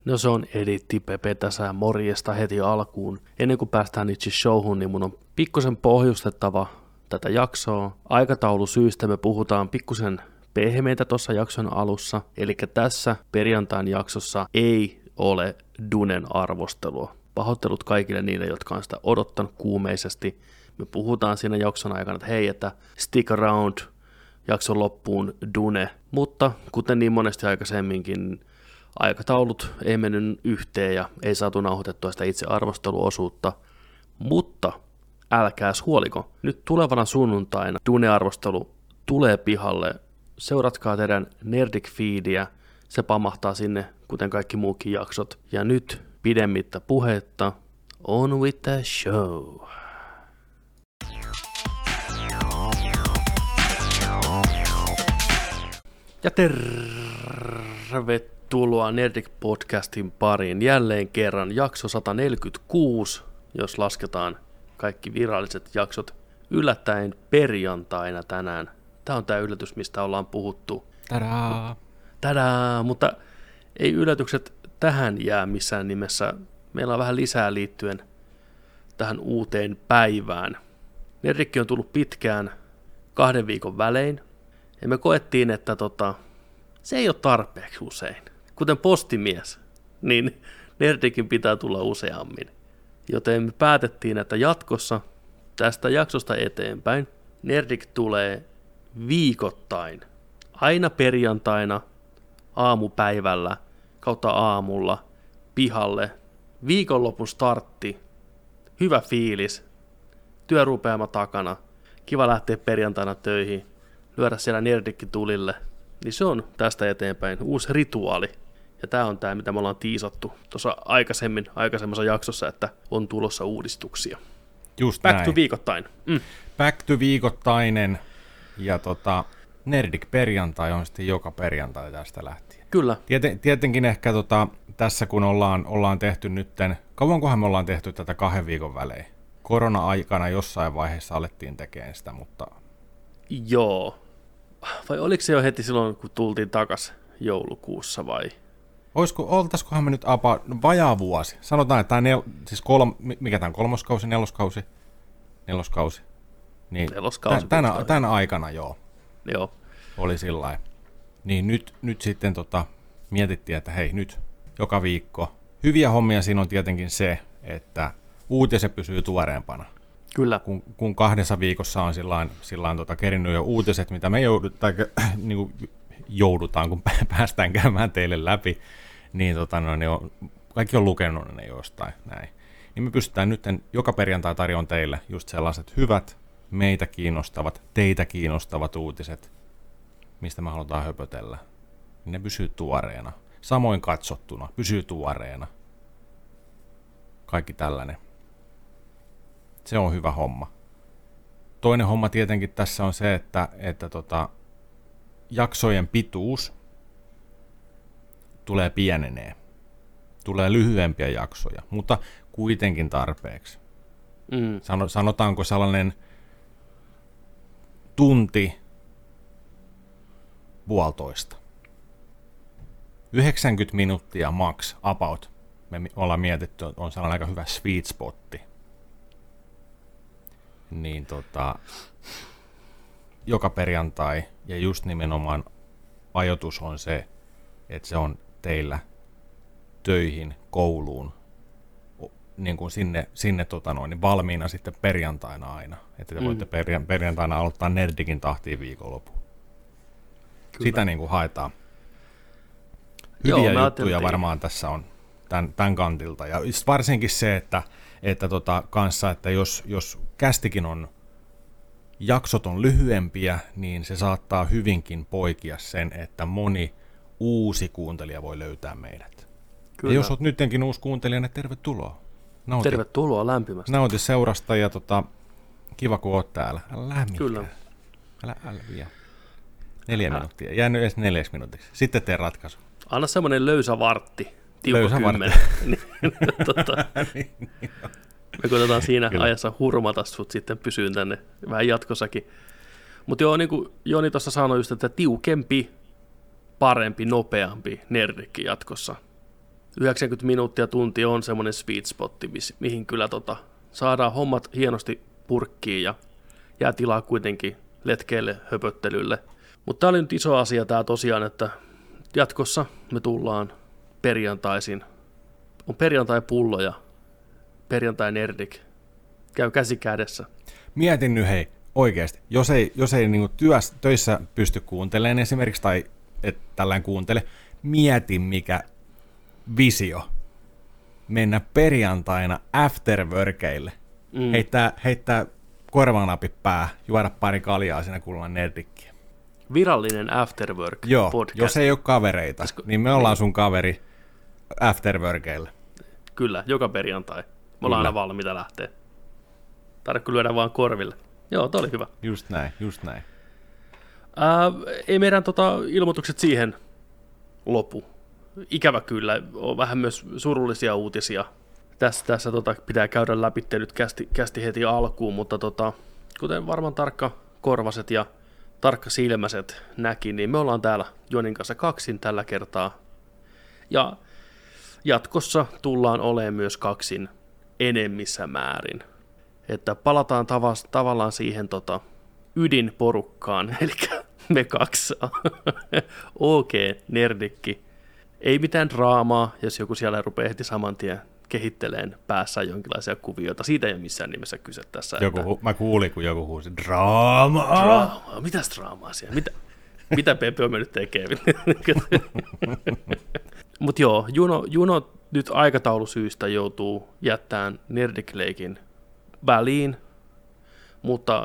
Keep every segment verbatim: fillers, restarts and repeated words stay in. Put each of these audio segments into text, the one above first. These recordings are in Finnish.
No se on Editti Pepe tässä morjesta heti alkuun. Ennen kuin päästään itse showhun, niin mun on pikkusen pohjustettava tätä jaksoa. Aikataulusyistä me puhutaan pikkusen pehmeitä tuossa jakson alussa, eli tässä perjantain jaksossa ei ole Dunen arvostelua. Pahoittelut kaikille niille, jotka on sitä odottanut kuumeisesti. Me puhutaan siinä jakson aikana, että hei, että stick around jakson loppuun Dune, mutta kuten niin monesti aikaisemminkin, aikataulut ei mennyt yhteen ja ei saatu nauhoitettua sitä itse arvosteluosuutta, mutta älkääs huoliko, nyt tulevana sunnuntaina Dune-arvostelu tulee pihalle, seuratkaa teidän Nerdik-feediä, se pamahtaa sinne, kuten kaikki muukin jaksot, ja nyt pidemmittä puhetta, on with the show. Ja tervetuloa Nerdik-podcastin pariin jälleen kerran jakso sata neljäkymmentäkuusi, jos lasketaan kaikki viralliset jaksot yllättäen perjantaina tänään. Tämä on tämä yllätys, mistä ollaan puhuttu. Tadaa! Tadaa! Mutta ei yllätykset tähän jää missään nimessä. Meillä on vähän lisää liittyen tähän uuteen päivään. Nerdikki on tullut pitkään kahden viikon välein. Ja me koettiin, että tota, se ei ole tarpeeksi usein. Kuten postimies, niin Nerdikin pitää tulla useammin. Joten me päätettiin, että jatkossa tästä jaksosta eteenpäin Nerdik tulee viikoittain. Aina perjantaina, aamupäivällä, kautta aamulla, pihalle. Viikonlopun startti, hyvä fiilis, työrupeama takana, kiva lähteä perjantaina töihin. Lyödä siellä Nerdikki tulille, niin se on tästä eteenpäin uusi rituaali. Ja tämä on tämä, mitä me ollaan tiisattu tuossa aikaisemmin, aikaisemmassa jaksossa, että on tulossa uudistuksia. Just Back näin. to viikoittain. Mm. Back to viikoittainen, ja tota, Nerdik perjantai on sitten joka perjantai tästä lähtien. Kyllä. Tieten, tietenkin ehkä tota, tässä kun ollaan, ollaan tehty nytten, kauankohan me ollaan tehty tätä kahden viikon välein? Korona-aikana jossain vaiheessa alettiin tekemään sitä, mutta... Joo. Vai oliko se jo heti silloin, kun tultiin takas joulukuussa vai? Olisiko, oltaisikohan me nyt apa, no, vajaa vuosi. Sanotaan, että tämä nel, siis kolm, mikä tämä on, kolmoskausi, neloskausi, neloskausi. Niin, Neloskausi. Tämän, tämän aikana joo. Joo. Oli sillä lailla. Niin nyt, nyt sitten tota, mietittiin, että hei nyt joka viikko. Hyviä hommia siinä on tietenkin se, että uutiset pysyy tuoreempana. Kyllä. Kun, kun kahdessa viikossa on sillain, sillain tota, kerinnyt jo uutiset, mitä me joudut, tai, niin kuin joudutaan, kun päästään käymään teille läpi, niin, tota, no, ne on, kaikki on lukenut ne jostain. Näin. Niin me pystytään nyt joka perjantai tarjoamaan teille just sellaiset hyvät, meitä kiinnostavat, teitä kiinnostavat uutiset, mistä me halutaan höpötellä. Niin ne pysyy tuoreena. Samoin katsottuna, pysyy tuoreena. Kaikki tällainen. Se on hyvä homma. Toinen homma tietenkin tässä on se, että, että tota, jaksojen pituus tulee pienenee. Tulee lyhyempiä jaksoja, mutta kuitenkin tarpeeksi. Mm. Sano, sanotaanko sellainen tunti puolitoista. yhdeksänkymmentä minuuttia max about. Me ollaan mietitty, on sellainen aika hyvä sweet spotti. Niin tota, joka perjantai, ja just nimenomaan ajoitus on se, että se on teillä töihin, kouluun, niin kuin sinne, sinne tota noin, niin valmiina sitten perjantaina aina. Että te mm. voitte perja- perjantaina aloittaa Nerdikin tahtiin viikonloppuun. Sitä niin kuin haetaan. Hyviä Joo, juttuja varmaan tässä on tämän, tämän kantilta. Ja varsinkin se, että että tota kanssa, että jos, jos kästikin on, jaksot on lyhyempiä, niin se saattaa hyvinkin poikia sen, että moni uusi kuuntelija voi löytää meidät. Kyllä. Ja jos olet nytkin uusi kuuntelija, niin tervetuloa. Nauti, tervetuloa lämpimästi. Nauti seurasta ja tota, kiva kun oot täällä. Älä lämmitkään. Kyllä. Älä, älä vielä. Neljä Älä. minuuttia. Jää nyt edes neljäksi minuutiksi. Sitten tee ratkaisu. Anna semmoinen löysä vartti. Löysä kymmenen. tota, niin, niin me koitetaan siinä Kyllä. ajassa hurmata sut sitten pysyyn tänne vähän jatkossakin. Mutta joo, niin kuin Joni tuossa sanoi just, että tiukempi, parempi, nopeampi Nerdikki jatkossa. yhdeksänkymmentä minuuttia tunti on semmoinen sweet spotti, mihin kyllä tota, saadaan hommat hienosti purkkiin ja jää tilaa kuitenkin letkeille höpöttelylle. Mutta tämä oli nyt iso asia tämä tosiaan, että jatkossa me tullaan perjantaisin. On perjantai-pullo ja perjantai-nerdik. Käy käsi kädessä. Mietin nyt hei, oikeasti, jos ei, jos ei niinku työs, töissä pysty kuuntelemaan esimerkiksi, tai et tällainen kuuntele, mieti mikä visio mennä perjantaina afterworkeille. Mm. Heittää, heittää korvanapit pää, juoda pari kaljaa siinä kuulla nerdikkiä. Virallinen afterwork Joo, podcast. Jos ei ole kavereita, Koska, niin me ollaan niin. sun kaveri afterworkeille. Kyllä, joka perjantai. Me ollaan aina valmiita lähteä. Tarvitse lyödä vaan korville. Joo, toi oli hyvä. Just näin, just näin. Ää, ei meidän tota, ilmoitukset siihen lopu. Ikävä kyllä, on vähän myös surullisia uutisia. Tässä, tässä tota, pitää käydä läpi nyt kästi, kästi heti alkuun, mutta tota, kuten varmaan tarkka korvaset ja tarkka silmäiset näki, niin me ollaan täällä Jonin kanssa kaksin tällä kertaa. Ja jatkossa tullaan olemaan myös kaksin enemmissä määrin. Että palataan tavas, tavallaan siihen tota, ydinporukkaan, eli me kaksi. OK, nerdikki. Ei mitään draamaa, jos joku siellä rupeaa heti saman tien kehitteleen päässä jonkinlaisia kuvioita. Siitä ei ole missään nimessä kyse tässä. Joku, että... Mä kuulin, kun joku huusi, draamaa! Draamaa? Mitäs draamaa siellä? Mitä, mitä Pepe on mennyt tekemään? Mutta joo, Juno, Juno nyt aikataulusyistä joutuu jättämään Nerdik-leikin väliin, mutta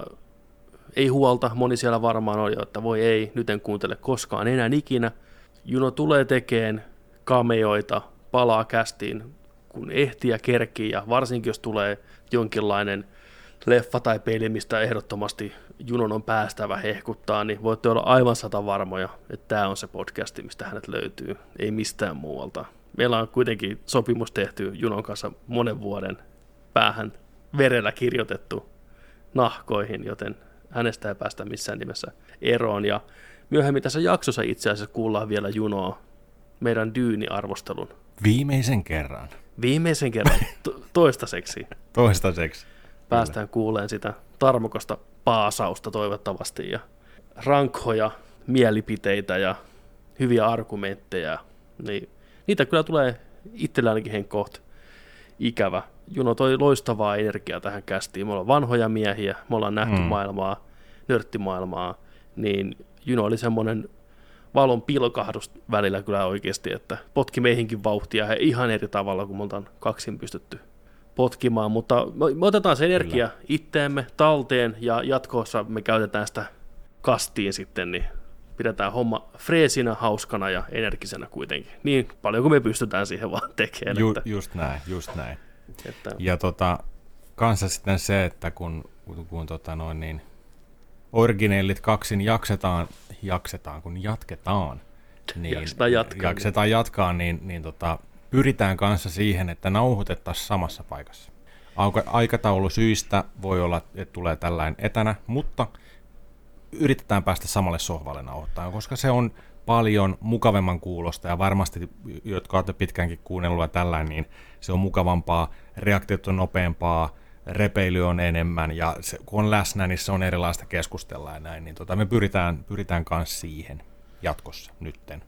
ei huolta, moni siellä varmaan on jo, että voi ei, nyt en kuuntele koskaan enää ikinä. Juno tulee tekemään cameoita, palaa kästiin, kun ehtii ja kerkii, ja varsinkin jos tulee jonkinlainen leffa tai peli, mistä ehdottomasti Junon on päästävä hehkuttaa, niin voitte olla aivan sata varmoja, että tämä on se podcasti, mistä hänet löytyy, ei mistään muualta. Meillä on kuitenkin sopimus tehty Junon kanssa monen vuoden päähän verellä kirjoitettu nahkoihin, joten hänestä ei päästä missään nimessä eroon. Ja myöhemmin tässä jaksossa itse asiassa kuullaan vielä Junoa meidän Dyyni-arvostelun. Viimeisen kerran. Viimeisen kerran, to- toistaiseksi. Toistaiseksi. Päästään kuuleen sitä tarmokasta paasausta toivottavasti ja rankhoja mielipiteitä ja hyviä argumentteja. Niin, niitä kyllä tulee itsellä ainakin henkkoht ikävä. Juno toi loistavaa energiaa tähän kästiin. Me ollaan vanhoja miehiä, me ollaan nähty mm. maailmaa, nörttimaailmaa, niin Juno oli semmoinen valon pilkahdus välillä kyllä oikeasti, että potki meihinkin vauhtia ihan eri tavalla, kun me oltaan kaksin pystytty potkimaan, mutta me otetaan se energia kyllä itteemme talteen ja jatkossa me käytetään sitä kastiin sitten, niin pidetään homma freesinä, hauskana ja energisenä kuitenkin. Niin paljon kuin me pystytään siihen vaan tekemään. Ju, että, just näin, just näin. Että, ja tota, kanssa sitten se, että kun, kun, kun tota noin niin, originellit kaksin jaksetaan, jaksetaan, kun jatketaan, niin jaksetaan jatkaa, jaksetaan jatkaa niin, niin tota, pyritään kanssa siihen, että nauhoitettaisiin samassa paikassa. Aikataulusyistä voi olla, että tulee tällainen etänä, mutta yritetään päästä samalle sohvalle nauhoittamaan, koska se on paljon mukavemman kuulosta ja varmasti, jotka olette pitkäänkin kuunnellut ja tällainen, niin se on mukavampaa, reaktiot on nopeampaa, repeily on enemmän ja se, kun on läsnä, niin se on erilaista keskustella ja näin, niin tota, me pyritään, pyritään kanssa siihen jatkossa nytten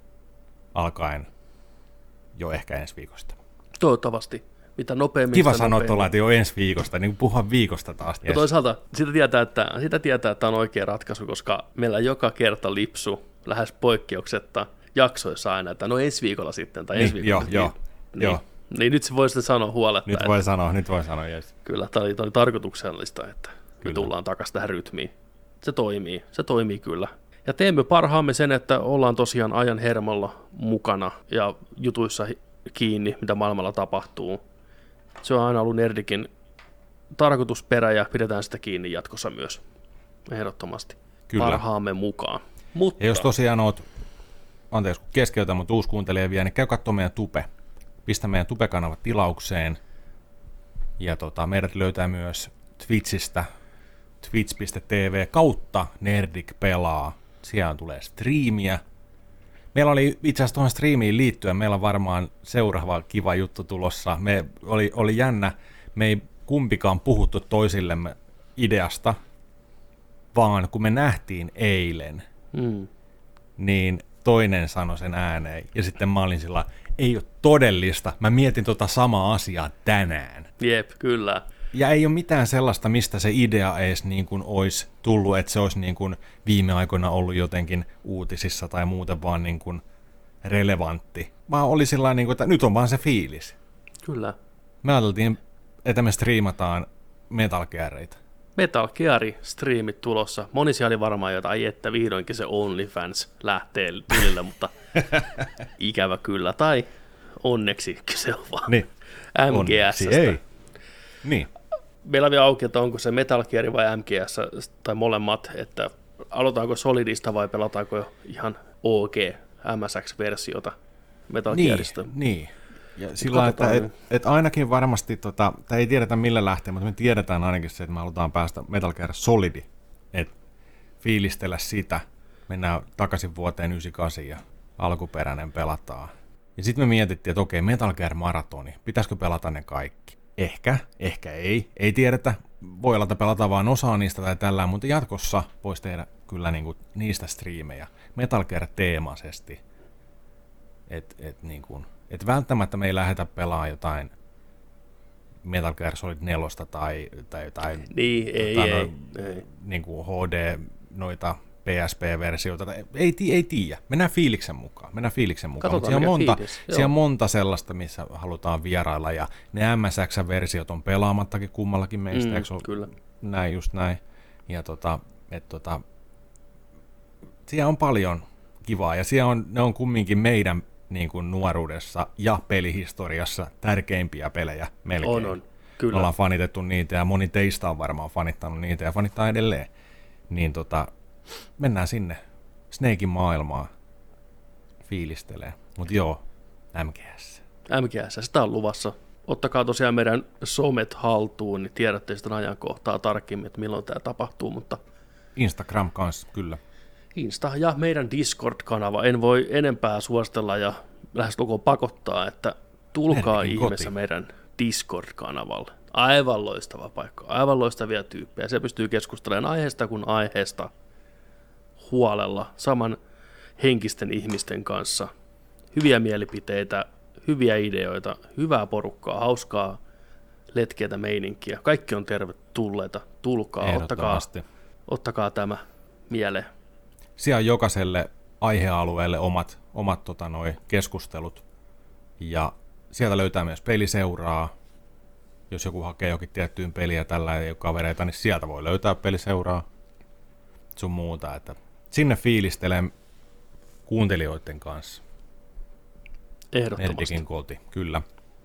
alkaen jo ehkä ensi viikosta. Toivottavasti. Mitä nopeammin. Kiva sanoa tuolla, että jo ensi viikosta, niin puhua viikosta taas. Ja toisaalta sitä tietää, että, sitä tietää, että on oikea ratkaisu, koska meillä joka kerta lipsu lähes poikkeuksetta jaksoissa aina, että no ensi viikolla sitten tai ensi niin, viikolla. Joo, joo, niin, joo. Niin nyt se voi sitten sanoa huoletta. Nyt voi sanoa, nyt voi sanoa, jes. Kyllä, tämä oli, oli tarkoituksellista, että kyllä me tullaan takaisin tähän rytmiin. Se toimii, se toimii kyllä. Ja teemme parhaamme sen, että ollaan tosiaan ajan hermolla mukana ja jutuissa kiinni, mitä maailmalla tapahtuu. Se on aina ollut Nerdikin tarkoitusperä ja pidetään sitä kiinni jatkossa myös ehdottomasti. Kyllä. Parhaamme mukaan. Mutta... Ja jos tosiaan oot, anteeksi kun keskeytän, mutta uusi kuuntelija vielä, niin käy katsomaan meidän Tube. Pistä meidän Tube-kanava tilaukseen. Ja tota, meidät löytää myös Twitchistä, twitch piste tv kautta Nerdik pelaa. Siellä tulee striimiä. Meillä oli itse asiassa tuohon striimiin liittyen, meillä on varmaan seuraava kiva juttu tulossa. Me oli, oli jännä, me ei kumpikaan puhuttu toisillemme ideasta, vaan kun me nähtiin eilen, mm. niin toinen sanoi sen ääneen. Ja sitten mä olin sillä, ei ole todellista, mä mietin tota samaa asiaa tänään. Jep, kyllä. Ja ei ole mitään sellaista, mistä se idea edes niin kuin olisi tullut, että se olisi niin kuin viime aikoina ollut jotenkin uutisissa tai muuten vaan niin kuin relevantti. Vaan oli sillä niin kuin, että nyt on vaan se fiilis. Kyllä. Me ajateltiin, että me striimataan Metal Geareita. Metal Gear-striimit tulossa. Moni siellä oli varmaan jotain, että vihdoinkin se OnlyFans lähtee tilille, mutta ikävä kyllä. Tai onneksi se on vaan niin. M G S:stä. Ei. Niin. Meillä on vielä auki, että onko se Metal Gear vai M G S tai molemmat, että aloitaanko Solidista vai pelataanko ihan O G M S X-versiota Metal niin, Gearista. Niin, ja sillä että et, et ainakin varmasti, tota, tai ei tiedetä millä lähtee, mutta me tiedetään ainakin se, että me halutaan päästä Metal Gear Solidi, että fiilistellä sitä, mennään takaisin vuoteen yhdeksänkymmentäkahdeksan ja alkuperäinen pelataan. Ja sitten me mietittiin, että okei, Metal Gear Maratoni, pitäisikö pelata ne kaikki? Ehkä, ehkä ei, ei tiedetä. Voi olla, että pelataan vain osaa niistä tai tällä, mutta jatkossa voisi tehdä kyllä niinku niistä striimejä Metal Gear-teemaisesti. Että et niinku, et välttämättä me ei lähdetä pelaamaan jotain Metal Gear Solid neljä tai, tai jotain niin, ei, tota, ei, no, ei. Niinku H D, noita P S P-versioita. Ei, ei tiedä. Mennään fiiliksen mukaan. Mennään fiiliksen mukaan. Mutta siellä, monta, siellä on monta sellaista, missä halutaan vierailla. Ja ne M S X-versiot on pelaamattakin kummallakin meistä. Mm, Eikö kyllä. Näin, just näin. Ja tota, et tota, siellä on paljon kivaa. Ja siellä on, ne on kumminkin meidän niin kuin nuoruudessa ja pelihistoriassa tärkeimpiä pelejä melkein. On, on. Kyllä. Ollaan fanitettu niitä ja moni teistä on varmaan fanittanut niitä ja fanittaa edelleen. Niin tota, mennään sinne Snakein maailmaan fiilistelee. Mutta joo, M G S. M G S, sitä on luvassa. Ottakaa tosiaan meidän somet haltuun, niin tiedätte sitten ajankohtaa tarkemmin, että milloin tämä tapahtuu. Mutta Instagram kanssa, kyllä. Insta ja meidän Discord-kanava. En voi enempää suostella ja lähes lukon pakottaa, että tulkaa Herkin ihmeessä koti. meidän Discord-kanavalle. Aivan loistava paikka, aivan loistavia tyyppejä. Se pystyy keskustelemaan aiheesta kuin aiheesta huolella, saman henkisten ihmisten kanssa. Hyviä mielipiteitä, hyviä ideoita, hyvää porukkaa, hauskaa, letkeätä meininkiä. Kaikki on tervetulleita, tulkaa, ottakaa, ottakaa tämä mieleen. Siellä on jokaiselle aihealueelle omat, omat tota, noi keskustelut, ja sieltä löytää myös peliseuraa. Jos joku hakee jokin tiettyyn peliä tällä ei ole kavereita, niin sieltä voi löytää peliseuraa sun muuta. Että sinne fiilistelen kuuntelijoiden kanssa. Ehdottomasti. Nerdikin koti, kyllä.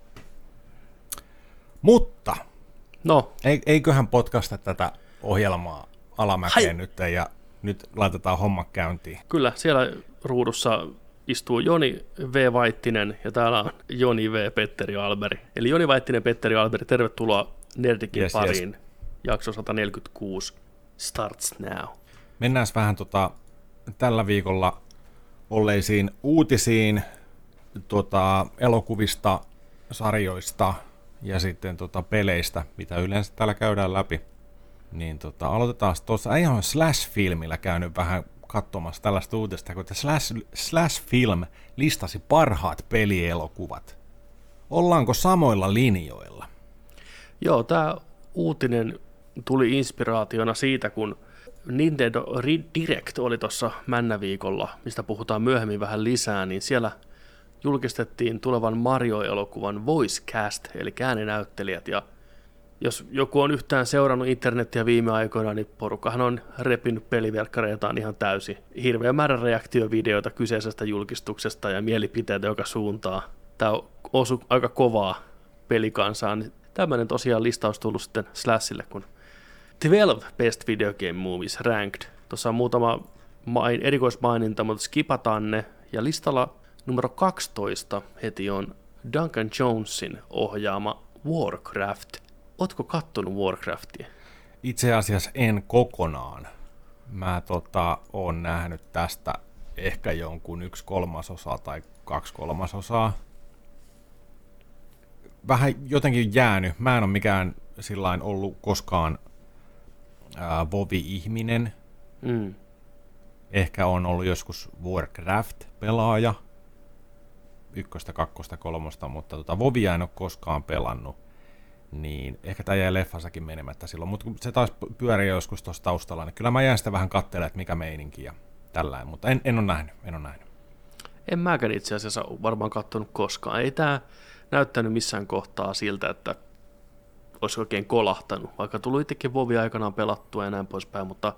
Mutta no. eiköhän podcasta tätä ohjelmaa alamäkeen Hai. nyt ja nyt laitetaan homma käyntiin. Kyllä, siellä ruudussa istuu Joni V. Vaittinen ja täällä on Joni V. Petteri Alberi. Eli Joni Vaittinen, Petteri Alberi, tervetuloa Nerdikin yes, pariin. Yes. Jakso sata neljäkymmentäkuusi starts now. Mennään vähän tota, tällä viikolla olleisiin uutisiin tota, elokuvista, sarjoista ja sitten tota, peleistä, mitä yleensä täällä käydään läpi. Niin tota, aloitetaan tuossa, ei ole Slash-filmillä käynyt vähän katsomassa tällaista uutista, kun Slash, Slash Film listasi parhaat pelielokuvat. Ollaanko samoilla linjoilla? Joo, tämä uutinen tuli inspiraationa siitä, kun Nintendo Direct oli tuossa männäviikolla, mistä puhutaan myöhemmin vähän lisää, niin siellä julkistettiin tulevan Mario-elokuvan voice cast, eli ääninäyttelijät, ja jos joku on yhtään seurannut internetiä viime aikoina, niin porukkahan on repinyt peliverkkareitaan ihan täysin. Hirveä määrä reaktiovideoita kyseisestä julkistuksesta ja mielipiteitä joka suuntaan. Tämä osui aika kovaa pelikansaan. Tämmöinen tosiaan listaus tullut sitten Slashille, kun twelve Best Video Game Movies Ranked. Tuossa on muutama main, erikoismaininta, mutta skipataan ne. Ja listalla numero kaksitoista heti on Duncan Jonesin ohjaama Warcraft. Ootko kattonut Warcraftia? Itse asiassa en kokonaan. Mä tota, oon nähnyt tästä ehkä jonkun yksi kolmasosa tai kaksi kolmasosaa. Vähän jotenkin jäänyt. Mä en ole mikään sillain ollut koskaan ää, Vovi-ihminen. Mm. Ehkä on ollut joskus Warcraft-pelaaja. Ykköstä, kakkosta, kolmosta, mutta tota, Vovia en ole koskaan pelannut. Niin ehkä tämä jäi leffassakin menemättä silloin, mutta se taas pyörii joskus tuossa taustalla, niin kyllä mä jään sitä vähän katselemaan, että mikä meininki ja tällainen, mutta en, en ole nähnyt, en ole nähnyt. En mäkään itse asiassa varmaan katsonut koskaan. Ei tämä näyttänyt missään kohtaa siltä, että olisi oikein kolahtanut, vaikka tuli itsekin Vovi aikanaan pelattua ja näin poispäin, mutta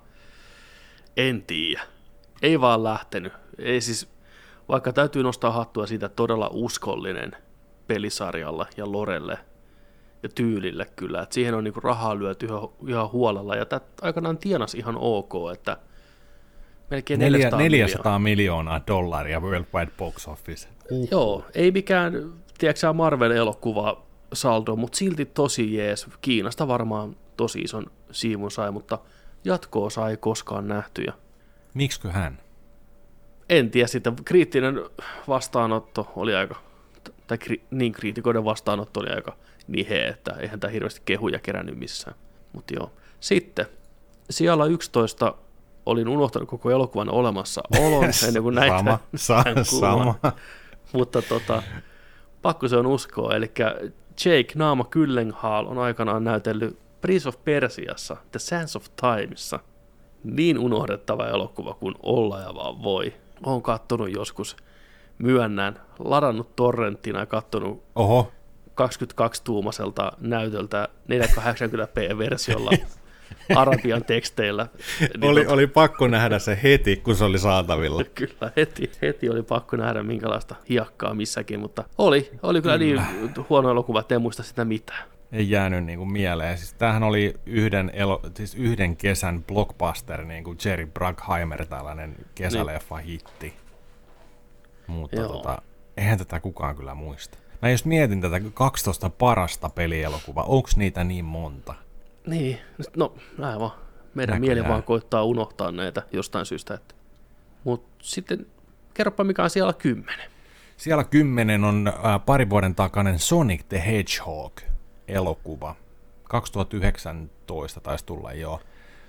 en tiedä. Ei vaan lähtenyt. Ei siis, vaikka täytyy nostaa hattua siitä todella uskollinen pelisarjalla ja Lorelle ja tyylille kyllä, että siihen on niinku rahaa lyöty ihan huolella, ja tämä aikanaan tienasi ihan ok, että melkein neljäsataa, neljäsataa miljoonaa dollaria Worldwide Box Office. Uh. Joo, ei mikään, tiedätkö Marvel-elokuva saldo, mutta silti tosi jees. Kiinasta varmaan tosi ison siivun sai, mutta jatkoa sai koskaan nähty. Ja miksikö hän? En tiedä, sitten kriittinen vastaanotto oli aika, tai kri, niin kriitikoiden vastaanotto oli aika nihe, että eihän tämä hirveästi kehuja kerännyt missään. Mutta joo. Sitten sijalla yksitoista olin unohtanut koko elokuvan olemassa olon ennen kuin näitä sama, sa, sama. Mutta tota, pakko se on uskoa. Eli Jake Naama Gyllenhaal on aikanaan näytellyt Prince of Persiassa, The Sands of Timeissa. Niin unohdettava elokuva kuin olla ja vaan voi. Olen kattonut joskus, myönnän, ladannut torrenttina ja kattonut Oho. kaksikymmentäkaksi-tuumaiselta näytöltä neljäsataakahdeksankymmentä p-versiolla arabian teksteillä. Oli, niin, oli pakko nähdä se heti, kun se oli saatavilla. Kyllä, heti, heti oli pakko nähdä minkälaista hiekkaa missäkin, mutta oli, oli kyllä, kyllä niin huono elokuva, että en muista sitä mitään. Ei jäänyt niin kuin mieleen. Siis tämähän oli yhden, elo, siis yhden kesän blockbuster, niin kuin Jerry Bruckheimer, tällainen kesäleffa hitti. Mutta tota, eihän tätä kukaan kyllä muista. Mä just mietin tätä kaksitoista parasta pelielokuvaa. Onko niitä niin monta? Niin, no näin vaan. Meidän Näkö mieli jää. vaan koittaa unohtaa näitä jostain syystä. Mutta sitten kerropa mikä on siellä kymmenen. Siellä kymmenen on äh, pari vuoden takainen Sonic the Hedgehog-elokuva. kaksituhattayhdeksäntoista taisi tulla jo.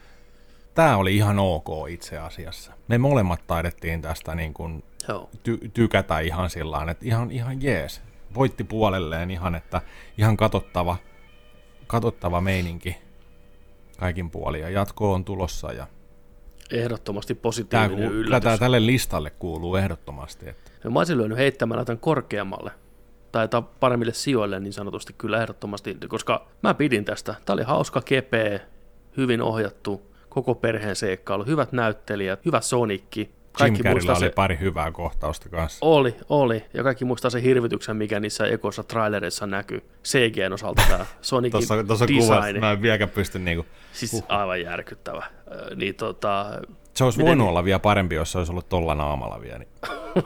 Tää oli ihan ok itse asiassa. Me molemmat taidettiin tästä niin kuin ty- tykätä ihan sillain, että ihan, ihan jees. Voitti puolelleen ihan, että ihan katsottava, katsottava meininki kaikin puolin. Ja jatko on tulossa. Ja ehdottomasti positiivinen tää, yllätys. Tämä tälle listalle kuuluu ehdottomasti. Että. Ja mä olisin lyönyt heittämällä tämän korkeammalle. Tai paremmille sijoille niin sanotusti kyllä ehdottomasti, koska mä pidin tästä. Tämä oli hauska, kepeä, hyvin ohjattu, koko perheen seikkailu, hyvät näyttelijät, hyvä Sonicki. Jim Carreylla oli se, pari hyvää kohtausta kanssa. Oli, oli. Ja kaikki muistaa sen hirvityksen, mikä niissä ekoissa trailereissa näkyy. C G:n osalta tämä Sonicin tossa, tossa design. Kuvassa, mä en vieläkään pysty niinku. Siis uh. aivan järkyttävä. Niin, tota, se olisi miten... voinut olla vielä parempi, jos se olisi ollut tolla naamalla vielä. Niin,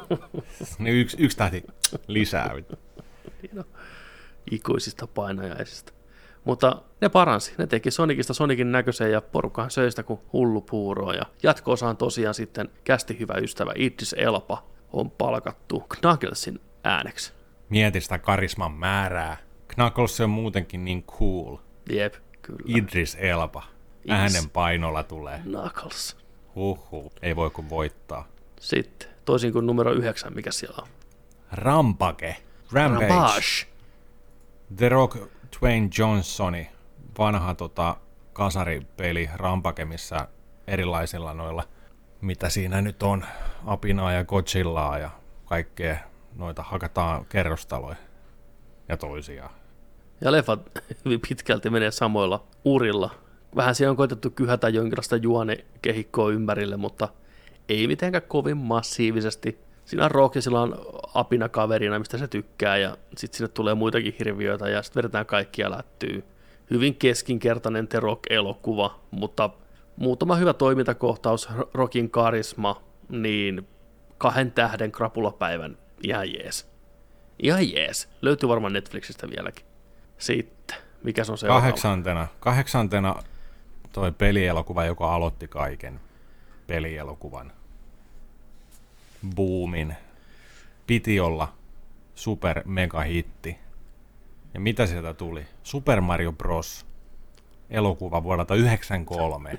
niin yksi, yksi tähti lisää. No, ikuisista painajaisista. Mutta ne paransi. Ne teki Sonicista Sonicin näköisen ja porukkaan söi sitä kuin hullu puuroa. Ja jatko-osaan tosiaan sitten kästi hyvä ystävä Idris Elba on palkattu Knucklesin ääneksi. Mieti sitä karisman määrää. Knuckles on muutenkin niin cool. Jep, kyllä. Idris Elba. Äänen painolla tulee. Knuckles. Huhhuh. Ei voi kuin voittaa. Sitten toisin kuin numero yhdeksän, mikä siellä on. Rampage. Rampage. Rampage. The Rock Dwayne Johnsoni, vanha tota, kasaripeli Rampage, missä erilaisilla noilla, mitä siinä nyt on, Apinaa ja Godzillaa ja kaikkea noita hakataan kerrostaloja ja toisiaan. Ja leffat hyvin pitkälti menee samoilla urilla. Vähän siellä on koetettu kyhätä jonkinlaista juonekehikkoa ympärille, mutta ei mitenkään kovin massiivisesti. Siinä on Rock ja sillä on Apina kaverina, mistä se tykkää, ja sitten sinne tulee muitakin hirviöitä, ja sitten vedetään kaikkia lättyy. Hyvin keskinkertainen The Rock-elokuva, mutta muutama hyvä toimintakohtaus, Rockin karisma, niin kahden tähden krapulapäivän, ihan jees. Ihan jees. Löytyy varmaan Netflixistä vieläkin. Sitten, mikä se on seuraava? Kahdeksantena, kahdeksantena toi pelielokuva, joka aloitti kaiken pelielokuvan. boomin piti olla super mega hitti. Ja mitä sieltä tuli? Super Mario Bros. Elokuva vuodelta yhdeksänkymmentäkolme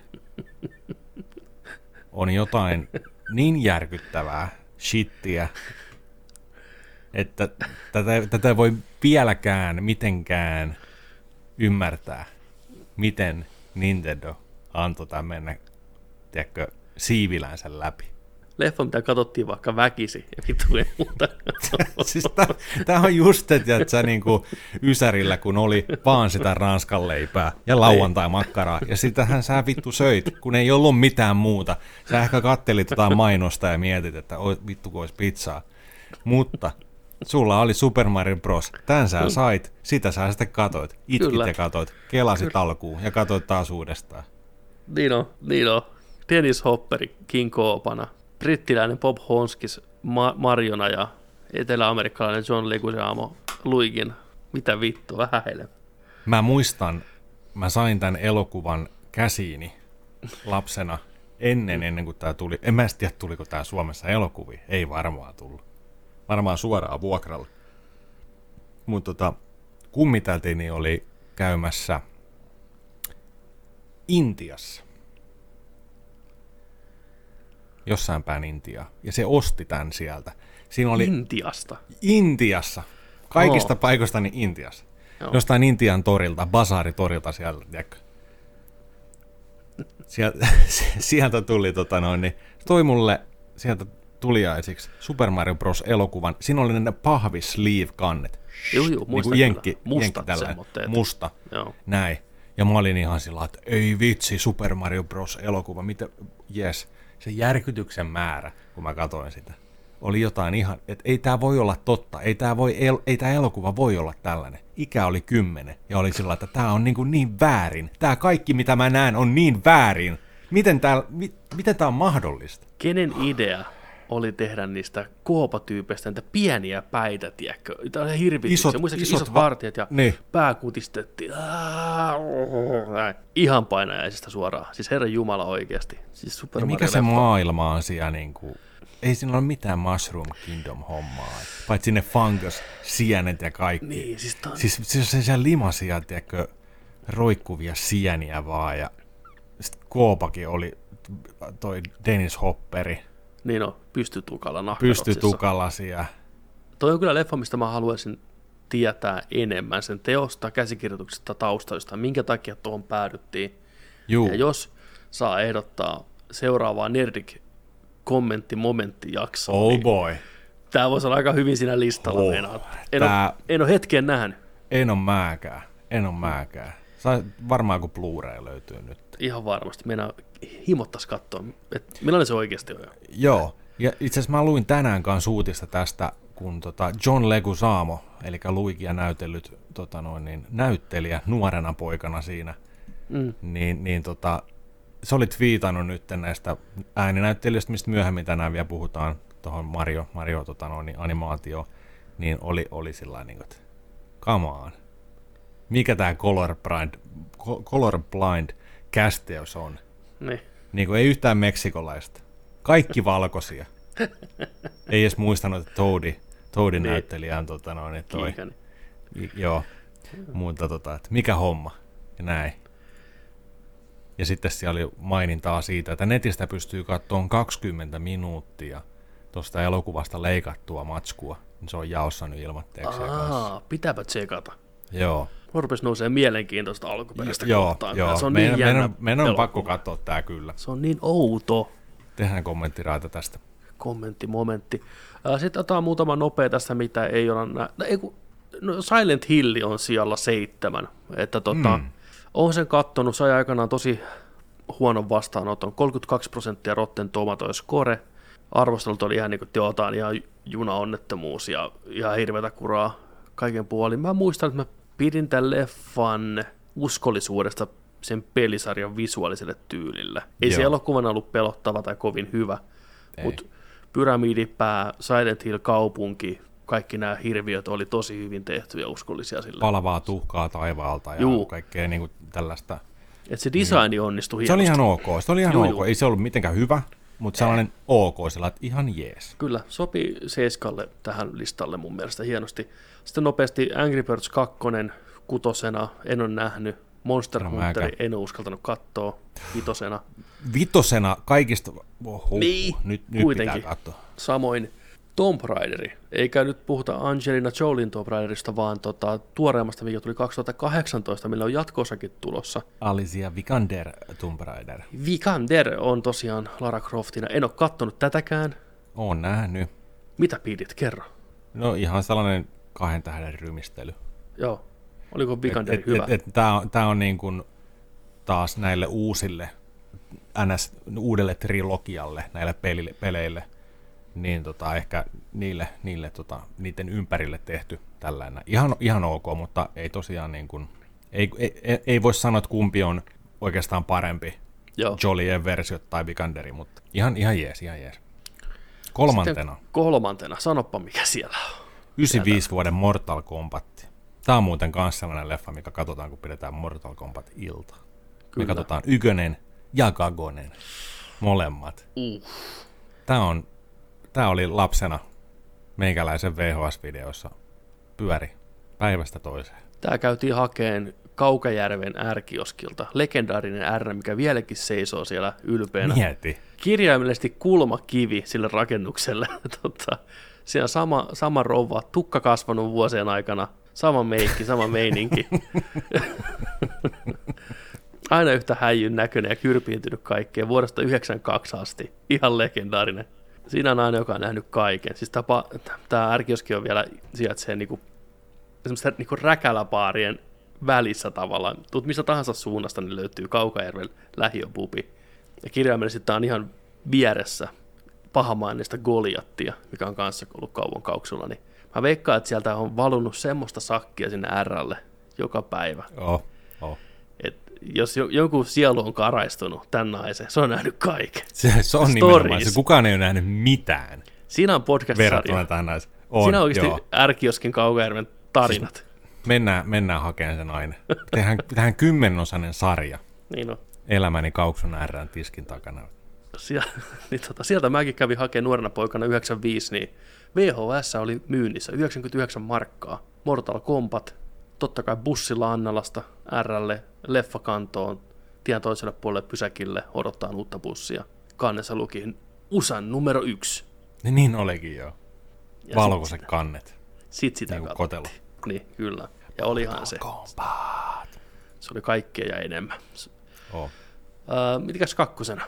on jotain niin järkyttävää shittiä, että tätä, tätä ei voi vieläkään mitenkään ymmärtää, miten Nintendo antoi tämän mennä, tiedätkö, siivilänsä läpi. Leffa, mitä katsottiin vaikka väkisi, ja vittu ei muuta. Siis tämä on just, että sä niinku Ysärillä, kun oli vaan sitä ranskan leipää ja lauantai-makkaraa, ja sitähän sä vittu söit, kun ei ollut mitään muuta. Sä ehkä kattelit jotain mainosta ja mietit, että vittu kun olisi pizzaa. Mutta sulla oli Super Mario Bros. Tän sä sait, sitä sä sitten katoit. Itkit Kyllä. ja katoit, kelasit Kyllä. alkuun ja katoit taas uudestaan. Niin on, niin on. Dennis Hopperi King Koopana. Brittiläinen Bob Hoskins Ma- Mariona ja etelä-amerikkalainen John Leguizamo Luigin. Mitä vittua, vähän heille. Mä muistan, mä sain tämän elokuvan käsiini lapsena ennen, ennen kuin tää tuli. En mä tiedä, tuliko tää Suomessa elokuvia. Ei varmaan tullut. Varmaan suoraan vuokralla. Mutta tota, kummitätini oli käymässä Intiassa. Jossain päin Intiaa. Ja se osti tämän sieltä. Siinä oli Intiasta? Intiassa. Kaikista oh. paikoista niin Intiassa. Joo. Jostain Intian torilta, basaaritorilta sieltä, tiedätkö? Sieltä, sieltä tuli, tota noin, niin toi mulle sieltä tuliaisiksi Super Mario Bros. Elokuvan. Siinä oli ne pahvi sleeve-kannet. Joo, joo, muistan niin jenkki, Mustat jenkki semmoitteet. Musta, joo. Näin. Ja mä olin ihan sillä, että ei vitsi, Super Mario Bros. Elokuva, mitä, jes. Se järkytyksen määrä, kun mä katsoin sitä, oli jotain ihan, että ei tää voi olla totta, ei tää, voi, ei tää elokuva voi olla tällainen. Ikä oli kymmenen ja oli sillä, että tää on niin, kuin niin väärin. Tää kaikki, mitä mä näen, on niin väärin. Miten tää, mi, miten tää on mahdollista? Kenen idea oli tehdä niistä koopatyypeistä niitä pieniä päitä, tiedätkö? Tämä on hirvityksiä. Isot, isot, isot vartijat ja niin. Pää kutistettiin. Ihan painajaisista suoraan. Siis Herran Jumala oikeasti. Siis Super ja mikä se maailma on siellä niin kuin... Ei siinä ole mitään Mushroom Kingdom-hommaa. Paitsi ne fungus, sienet ja kaikki. Niin, siis on... Siis, siis se siellä limasia, tiedätkö, roikkuvia sieniä vaan. Ja sitten Koopakin oli toi Dennis Hopperi. Niin on, pystytukalla nahkarotsissa. Pystytukalla siellä. Toi on kyllä leffa, mistä mä haluaisin tietää enemmän sen teosta, käsikirjoituksesta, taustoista, minkä takia tuohon päädyttiin. Juu. Ja jos saa ehdottaa seuraavaa Nerdik kommentti-momentti-jaksoa, oh niin boy. Tää voisi olla aika hyvin siinä listalla. Oh, en, tää... ole, en ole hetken nähnyt. En ole määkään, en ole määkään. Saa, varmaan kun Blu-ray löytyy nyt. Ihan varmasti. Meidän himottaisi katsoa, että millainen se oikeasti on. Joo, ja itse asiassa mä luin tänään kanssa uutista tästä, kun tota John Leguizamo, eli Luigia näytellyt tota noin, niin, näyttelijä nuorena poikana siinä, mm. niin, niin tota, se oli twiitannut nyt näistä ääninäyttelijöistä, mistä myöhemmin tänään vielä puhutaan, tuohon Mario, Mario tota noin, niin animaatioon, niin oli, oli sillä niin kuin, että come on. Mikä tämä colorblind, colorblind kästeys on? Niin. Niin kuin ei yhtään meksikolaista. Kaikki valkoisia. Ei edes muistanut, että Toadi, Toadi niin. näyttelijä on tota noin, toi. I, joo, mutta tota, että mikä homma ja näin. Ja sitten siellä oli mainintaa siitä, että netistä pystyy katsomaan kaksikymmentä minuuttia tuosta elokuvasta leikattua matskua. Se on jaossa nyt ilmatteeksi. Aa, pitääpä tsekata. Joo. Rupesi nousee mielenkiintoista alkuperäistä joo, kohtaan. Joo, se on meidän, niin jännä meidän, meidän on pakko elokuva. katsoa tämä kyllä. Se on niin outo. Tehdään kommenttiraita tästä. Kommentti, momentti. Sitten otetaan muutama nopea tästä, mitä ei ole nä- no, ei, kun, no, Silent Hill on sijalla seitsemän. Että tota, mm. olen sen kattonut, sai aikanaan tosi huonon vastaanoton. kolmekymmentäkaksi prosenttia Rotten Tomatoes score. Arvostelut oli ihan niin kuin, että jotain ihan junaonnettomuus ja ihan hirveätä kuraa kaiken puolin. Mä muistan, että mä pidin tämän leffan uskollisuudesta sen pelisarjan visuaaliselle tyylille. Ei Joo. se elokuvana ollut pelottava tai kovin hyvä, mutta pyramidipää, Silent Hill kaupunki, kaikki nämä hirviöt oli tosi hyvin tehty ja uskollisia sille. Palavaa tuhkaa taivaalta ja Juu. kaikkea niin kuin tällaista. Et se designi onnistui hienosti. Se oli ihan ok, se oli ihan Juu, ok. Ei se ollut mitenkään hyvä, mutta sellainen ok, sellainen ihan jees. Kyllä, sopii seiskalle tähän listalle mun mielestä hienosti. Sitten nopeasti Angry Birds kaksi, kutosena, en ole nähnyt. Monster No, Hunteri, mäkään. en ole uskaltanut katsoa, vitosena. Vitosena kaikista, oho, Niin, nyt, nyt kuitenkin. pitää katsoa. Samoin Tomb Raideri. Eikä nyt puhuta Angelina Jolien Tomb Raiderista, vaan tota, tuoreemmasta, mikä tuli kaksituhattakahdeksantoista, millä on jatko-osakin tulossa. Alicia Vikander Tomb Raider. Vikander on tosiaan Lara Croftina. En ole kattonut tätäkään. Oon nähnyt. Mitä pidit? Kerro. No ihan sellainen kahden tähden rymistely. Joo. Oliko Vikanderi et, hyvä? et, et, Tämä on, tää on niin kuin taas näille uusille, ns. Uudelle trilogialle, näille pelille, peleille, niin tota, ehkä niille, niille tota, niiden ympärille tehty tällainen. Ihan, ihan ok, mutta ei tosiaan niin kuin, ei, ei, ei voi sanoa, että kumpi on oikeastaan parempi, Joo. Jolien versiot tai Vikanderi, mutta ihan, ihan jees, ihan jees. Kolmantena, Sitten kolmantena, sanoppa mikä siellä on. yhdeksänkymmentäviisi vuoden Mortal Kombat. Tämä on muuten myös sellainen leffa, mikä katsotaan, kun pidetään Mortal Kombat-ilta. Me Kyllä. katsotaan Ykönen ja Kagonen, molemmat. Uh. Tämä, on, tämä oli lapsena meikäläisen V H S-videossa pyöri päivästä toiseen. Tää käytiin hakeen Kaukajärven R-kioskilta. Legendaarinen R, mikä vieläkin seisoo siellä ylpeänä. Mieti. Kirjaimellisesti kulmakivi sille rakennukselle. tota, siinä on sama, sama rouva, tukka kasvanut vuosien aikana, sama meikki, sama meininki. Aina yhtä häijyn näköinen ja kyrpiintynyt kaikkeen vuodesta yhdeksänkymmentäkaksi asti. Ihan legendaarinen. Siinä on aina, joka on nähnyt kaiken. Siis tämä R-kioski on vielä sijaitsee niinku, semmoisten niinku räkäläpaarien välissä tavallaan. Tuut mistä tahansa suunnasta, niin löytyy Kaukajärven lähiöpubi. Ja kirjaimellisesti tämä on ihan vieressä pahamaineista Goliattia, mikä on kanssa ollut kauan kauksulla. Niin mä veikkaan, että sieltä on valunut semmoista sakkia sinne R:lle joka päivä. Oh, oh. Et jos jo, joku sielu on karaistunut tämän naisen, se on nähnyt kaiken. Se, se on Stories. nimenomaan se. Kukaan ei ole nähnyt mitään Siinä on podcast-sarja. verrattuna tähän naisen. On, Siinä on oikeasti joo. R-kioskin Kaukajärven tarinat. Siis Mennään, mennään hakemaan sen aine. Tehdään, tehdään kymmenosainen sarja. niin on. Elämäni Kauksun R:n tiskin takana. Sieltä, niin tota, sieltä mäkin kävin hakemaan nuorena poikana yhdeksänkymmentäviisi, niin V H S oli myynnissä yhdeksänkymmentäyhdeksän markkaa. Mortal Kombat, totta kai bussilla Annalasta R:lle, leffakantoon, tien toiselle puolelle pysäkille odottaa uutta bussia. Kannessa luki U S An numero yksi. Niin, niin olikin joo. Ja Valkoiset sit, kannet. Sit sitä Niin kuin katsottiin. kotelo. Niin, kyllä. Ja olihan se. Kombat. Se oli kaikkea ja enemmän. Oh. Uh, mitikäs kakkosena?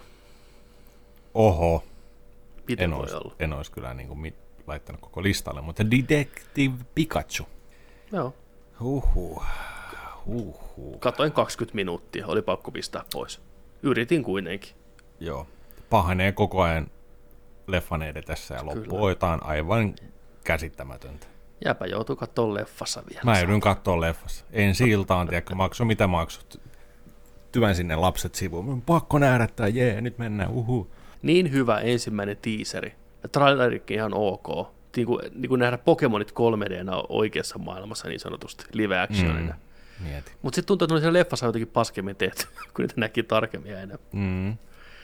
Oho. Miten En voi olisi, olla? en olisi kyllä niin kuin mit, laittanut koko listalle, mutta Detective Pikachu. Joo. Huhhuh. Huhhuh. Katoin kaksikymmentä minuuttia, oli pakko pistää pois. Yritin kuitenkin. Joo. Pahenee koko ajan leffan edetessä ja loppu jotain aivan käsittämätöntä. Jääpä joutuu katsoa leffassa vielä. Mä joudun katsoa leffassa. Ensi iltaan, tiedätkö, maksu mitä maksut. Työn sinne lapset sivuun. Pakko nähdä tää, jee, nyt mennään, uhu. Niin hyvä ensimmäinen tiiseri. Ja trailerikin ihan ok. Niin kuin, niin kuin nähdä Pokemonit kolme D:nä oikeassa maailmassa niin sanotusti, live actionina. Mm, mieti. Mutta sitten tuntuu, että siellä leffassa on jotenkin paskemmin tehty, kun niitä näki tarkemmin ja enemmän. Mm.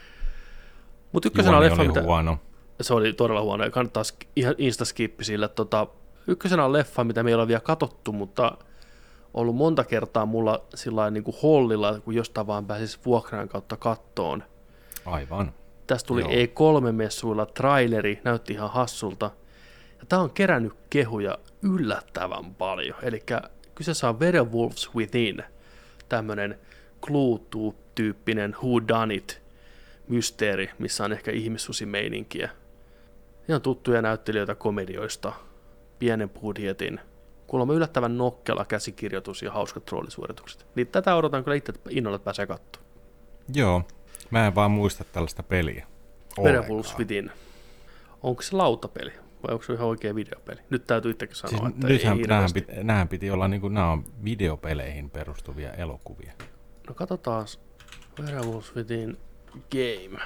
Mutta ykkösenä Juoni leffa, oli mitä... huono. Se oli todella huono, ja kannattaa sk- ihan instaskippi sillä. Tota, ykkösenä on leffa, mitä me ei ole vielä katsottu, mutta ollut monta kertaa mulla sillä niin kuin hollilla, kun jostain vaan pääsisi vuokraan kautta kattoon. Aivan. Tästä tuli Joo. E kolme -messuilla traileri, näytti ihan hassulta. Ja tämä on kerännyt kehuja yllättävän paljon. Eli kyseessä on Werewolves Within, tämmöinen Clue-tyyppinen Who Done It mysteeri, missä on ehkä ihmissusimeininkiä. Ihan tuttuja näyttelijöitä komedioista, pienen budjetin, kuulemma yllättävän nokkela käsikirjoitus ja hauskat roolisuoritukset. Niin tätä odotan kyllä itse innolla, että pääsee katsomaan. Joo, mä en vaan muista tällaista peliä. Werewolves Within. Onko se lautapeli vai onko se ihan oikea videopeli? Nyt täytyy itsekin sanoa, Siis että nythän ei nämähän hirveästi. piti, nämähän piti olla, niin kuin, nämä on videopeleihin perustuvia elokuvia. No katsotaan. Werewolves Within Game.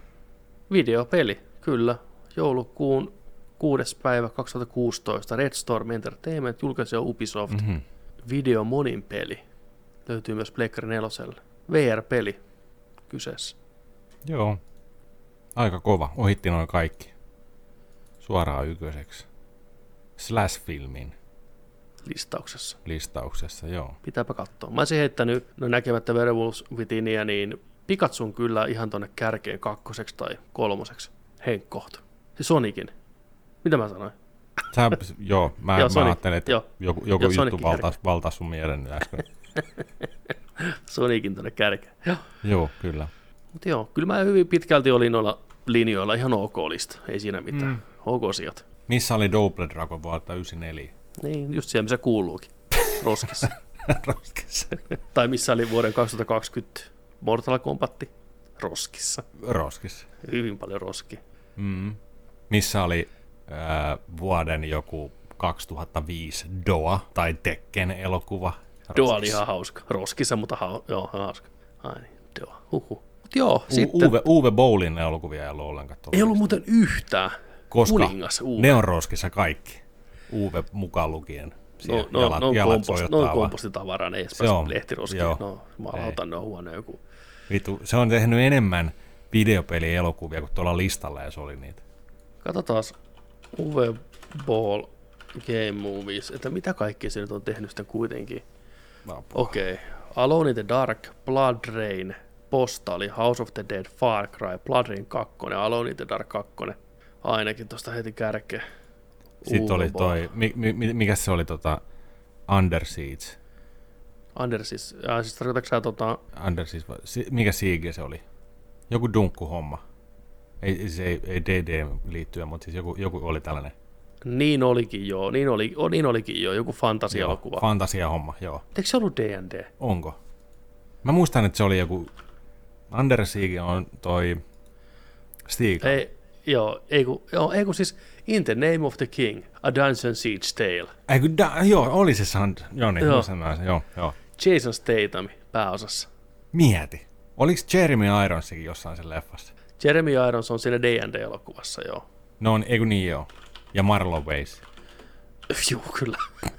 Videopeli, kyllä. Joulukuun kuudes päivä kaksituhattakuusitoista. Red Storm Entertainment julkaisi Ubisoft. Mm-hmm. Video monin peli. Löytyy myös Pleikkari neloselle. V R-peli kyseessä. Joo. Aika kova. Ohitti noin kaikki. Suoraan ykköseksi. Slash-filmin Listauksessa. listauksessa, joo. Pitääpä katsoa. Mä olisin heittänyt, no näkemättä Werewolves Withinia, niin Pikatsun kyllä ihan tonne kärkeen kakkoseksi tai kolmoseksi. Henkkoht. Se Sonicin. Mitä mä sanoin? Sä, joo, mä, joo, mä Sonic, ajattelin, että joo. joku, joku Joo, juttu valtaisi valtais sun mielen nyt äsken. Sonicin tonne kärkeen. Joo. Joo, kyllä. Mutta joo, kyllä mä hyvin pitkälti olin noilla linjoilla ihan ok-lista. Ei siinä mitään. Mm. Ok-sijat. Missä oli Double Dragon vuodelta yhdeksänkymmentäneljä? Niin, just siellä, missä kuuluukin. Roskissa. Roskissa. Tai missä oli vuoden kaksituhattakaksikymmentä Mortal Kombat. Roskissa. Roskissa. Hyvin paljon roskia. Mm. Missä oli äh, vuoden joku kaksituhattaviisi D O A tai Tekken elokuva? D O A oli ihan hauska. Roskissa, mutta ha- joo, hauska. Ai niin, D O A. Huhhuh. Mut joo, U- sitten... Uwe, Uwe Bollin elokuvia ei ollut ollenkaan. Ei ollut muuten yhtään. Koska Kuningas, Uwe. ne on roskissa kaikki. Uwe mukaan lukien. No, no, jalat, no, jalat kompost, no kompostitavaraa, ne ei edes pääse lehtiroskiin. No, jumalauta, ne on huono joku. Vitu, se on tehnyt enemmän videopelielokuvia kuin tuolla listalla, ja se oli niitä. Katsotaan Uwe Boll Game Movies, että mitä kaikkea se nyt on tehnyt sitten kuitenkin. Okei, okay. Alone in the Dark, Blood Rain, Postal, House of the Dead, Far Cry, Blood Rain kaksi, Alone in the Dark kaksi, ainakin tuosta heti kärkeen. Sitten oli toi, mi, mi, mikä se oli tota, Under Siege? Under Siege, ja siis tarkoitatko sä tota... Under Siege, mikä Siege se oli? Joku dunkkuhomma. Ei, se ei, ei D D liittyen, mutta siis joku, joku oli tällainen. Niin olikin joo, niin, oli, oh, niin olikin joo, joku fantasia-elokuva. Fantasia-homma, joo. Eikö se ollut D and D? Onko? Mä muistan, että se oli joku, Under Siege on toi Stiga. Ei, joo, ei kun, joo, ei kun siis In the Name of the King, A Dungeon Siege Tale. Ei kun, da, joo, oli se Sand, joo niin, joo. Sanoin, joo, joo. Jason Statham pääosassa. Mieti, oliko Jeremy Ironsikin jossain sen leffassa? Jeremy Irons on siinä D and D-elokuvassa, joo. No on, eikö niin joo. Ja Marlon Wayans. Joo, kyllä.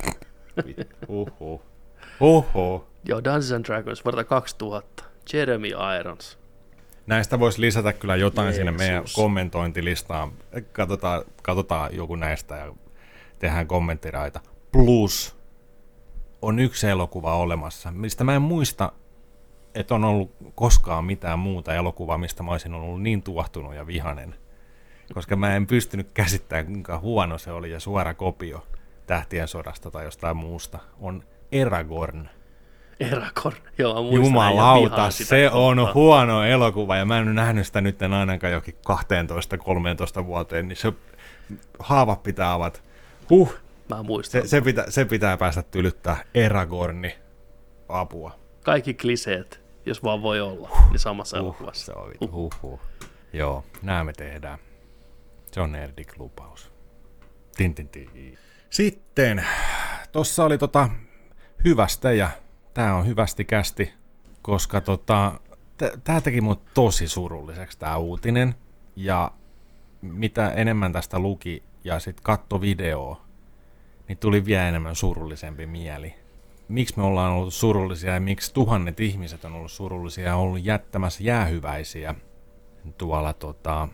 Uhuh. Uhuh. Joo, Dungeons and Dragons vuodelta kaksituhatta. Jeremy Irons. Näistä voisi lisätä kyllä jotain Jeesus. Sinne meidän kommentointilistaan. Katsotaan, katsotaan joku näistä ja tehdään kommenttiraita. Plus on yksi elokuva olemassa, mistä mä en muista, että on ollut koskaan mitään muuta elokuvaa, mistä mä olisin ollut niin tuohtunut ja vihanen. Koska mä en pystynyt käsittämään, kuinka huono se oli ja suora kopio Tähtien sodasta tai jostain muusta. On Eragon. Eragon, joo, muistan. Jumalauta, se on kohtaa. Huono elokuva ja mä en nähnyt sitä nyt ainakaan jokin kaksitoista kolmetoista vuoteen, niin se haavat pitää avata. Huh. Mä muistan. Se, se, pitää, se pitää päästä tylyttää Eragorni apua. Kaikki kliseet, jos vaan voi olla, niin samassa uh, elokuvassa. Se on vitu, huh, huh. Joo, nää me tehdään. Se on Nerdik-lupaus. Tintintin. Sitten, tossa oli tota hyvästä ja tää on hyvästi kästi, koska tota, t- tää teki mut tosi surulliseksi tää uutinen. Ja mitä enemmän tästä luki ja sit katto videoa, niin tuli vielä enemmän surullisempi mieli. Miksi me ollaan ollut surullisia ja miksi tuhannet ihmiset on ollut surullisia ja ollut jättämässä jäähyväisiä tuolla tota,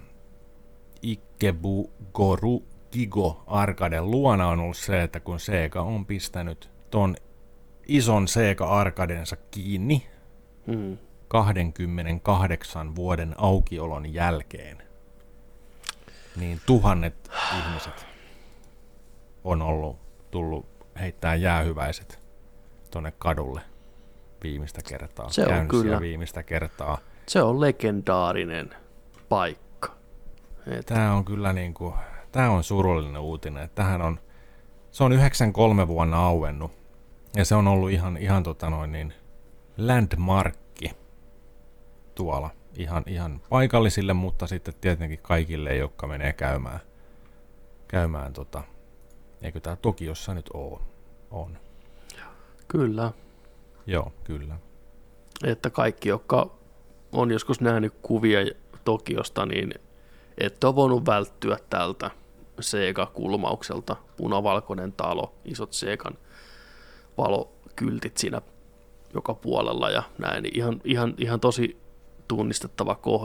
Ikebugoru Gigo Arcaden luona on ollut se, että kun Sega on pistänyt ton ison Sega Arcadensa kiinni hmm. kaksikymmentäkahdeksan vuoden aukiolon jälkeen, niin tuhannet ihmiset on ollut tullut heittää jäähyväiset tonne kadulle viimeistä kertaa. Se on kyllä. Viimeistä kertaa. Se on legendaarinen paikka. Et... Tää on kyllä niinku, tää on surullinen uutinen. Tähän on, se on yhdeksänkymmentäkolme vuonna auennut ja se on ollut ihan, ihan tota noin niin landmarkki tuolla. Ihan, ihan paikallisille, mutta sitten tietenkin kaikille, jotka menee käymään, käymään tota, eikö tää Tokiossa nyt oo? On. Kyllä. Joo, kyllä. Että kaikki, jotka on joskus nähnyt kuvia Tokiosta, niin et ole voinut välttyä tältä Sega-kulmaukselta. Punavalkoinen talo, isot Segan valokyltit siinä joka puolella ja näin. Ihan, ihan, ihan tosi tunnistettava kohde.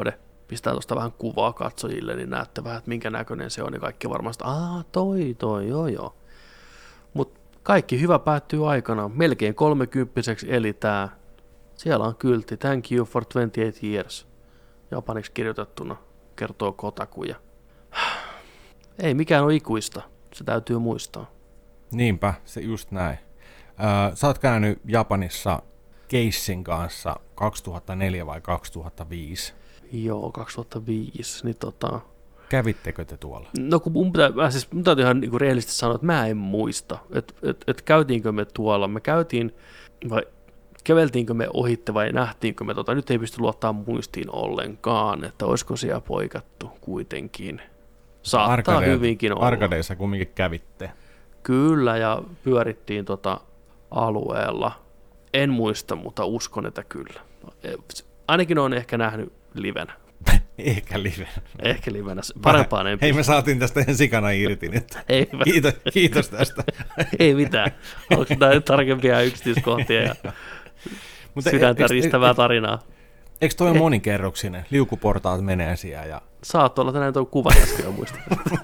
pistää tuosta vähän kuvaa katsojille, niin näette vähän, että minkä näköinen se on, niin kaikki varmasti, aah, toi, toi, joo, joo. Mutta kaikki hyvä päättyy aikana, melkein kolmekymppiseksi elitään. Siellä on kyltti, thank you for twenty-eight years, japaniksi kirjoitettuna, kertoo Kotaku. Ja ei mikään ole ikuista, se täytyy muistaa. Niinpä, se just näin. Öö, sä oot käynyt Japanissa Keissin kanssa kaksituhattaneljä vai kaksituhattaviisi? Joo, kaksituhattaviisi, niin tota... Kävittekö te tuolla? No kun mun, pitää, mä siis, mun täytyy ihan niin rehellisesti sanoa, että mä en muista, että et, et käytiinkö me tuolla, me käytiin, vai käveltiinkö me ohitte vai nähtiinkö me, tota, nyt ei pysty luottamaan muistiin ollenkaan, että olisiko siellä poikattu kuitenkin. Saattaa Arcade, hyvinkin olla. Arcadeissa kumminkin kävitte. Kyllä, ja pyörittiin tota alueella. En muista, mutta uskon, että kyllä. Ainakin olen ehkä nähnyt livenä. Ehkä livenä. Ehkä livenä. Parempaan en Hei, me saatiin tästä ihan sikana irti nyt. Ei, kiitos, kiitos tästä. Ei mitään. Onko tämä tarkempia yksityiskohtia ja sydäntä riistävää tarinaa? Eikö toi ole monikerroksinen? Liukuportaat menee siellä. Ja... Saat olla tänään tuon kuvan äsken jo muistaa.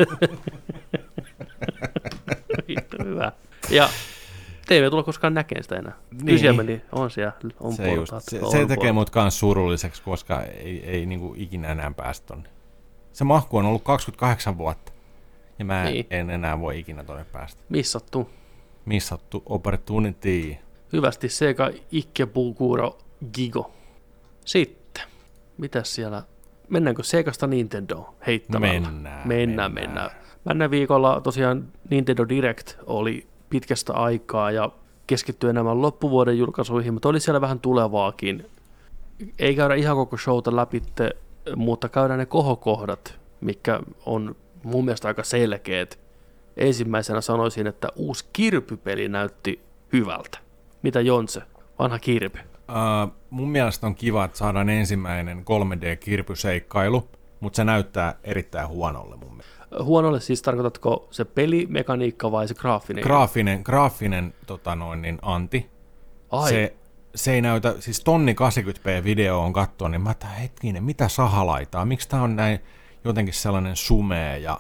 Hyvä. Ja te ei tule koskaan näkemään sitä enää. Kysiä meni, on siellä, on se portaat. Se, se tekee mut kans surulliseksi, koska ei, ei niinku ikinä enää päästä tonne. Se mahku on ollut kaksikymmentäkahdeksan vuotta, ja mä niin. en enää voi ikinä tonne päästä. Missattu. Missattu opportunity. Hyvästi Sega Ikebukuro Gigo. Sitten, mitäs siellä, mennäänkö Segasta Nintendo heittämällä? Mennään, mennään. Mennään, mennään. Mennään viikolla tosiaan Nintendo Direct oli pitkästä aikaa ja keskittyi enemmän loppuvuoden julkaisuihin, mutta oli siellä vähän tulevaakin. Ei käydä ihan koko showta läpi, mutta käydään ne kohokohdat, mikä on mun mielestä aika selkeät. Ensimmäisenä sanoisin, että uusi Kirby-peli näytti hyvältä. Mitä Jonse? Vanha Kirby. Uh, mun mielestä on kiva, että saadaan ensimmäinen kolme D-Kirby-seikkailu, mutta se näyttää erittäin huonolle mun mielestä. Huonolle siis tarkoitatko se pelimekaniikka vai se graafinen? Graafinen, graafinen tota noin, niin anti. Ai. Se, se ei näytä, siis tonni kahdeksankymmentä p video on katsoa, niin mä tämän hetkinen, mitä sahalaitaa, miksi tää on näin jotenkin sellainen sumea ja,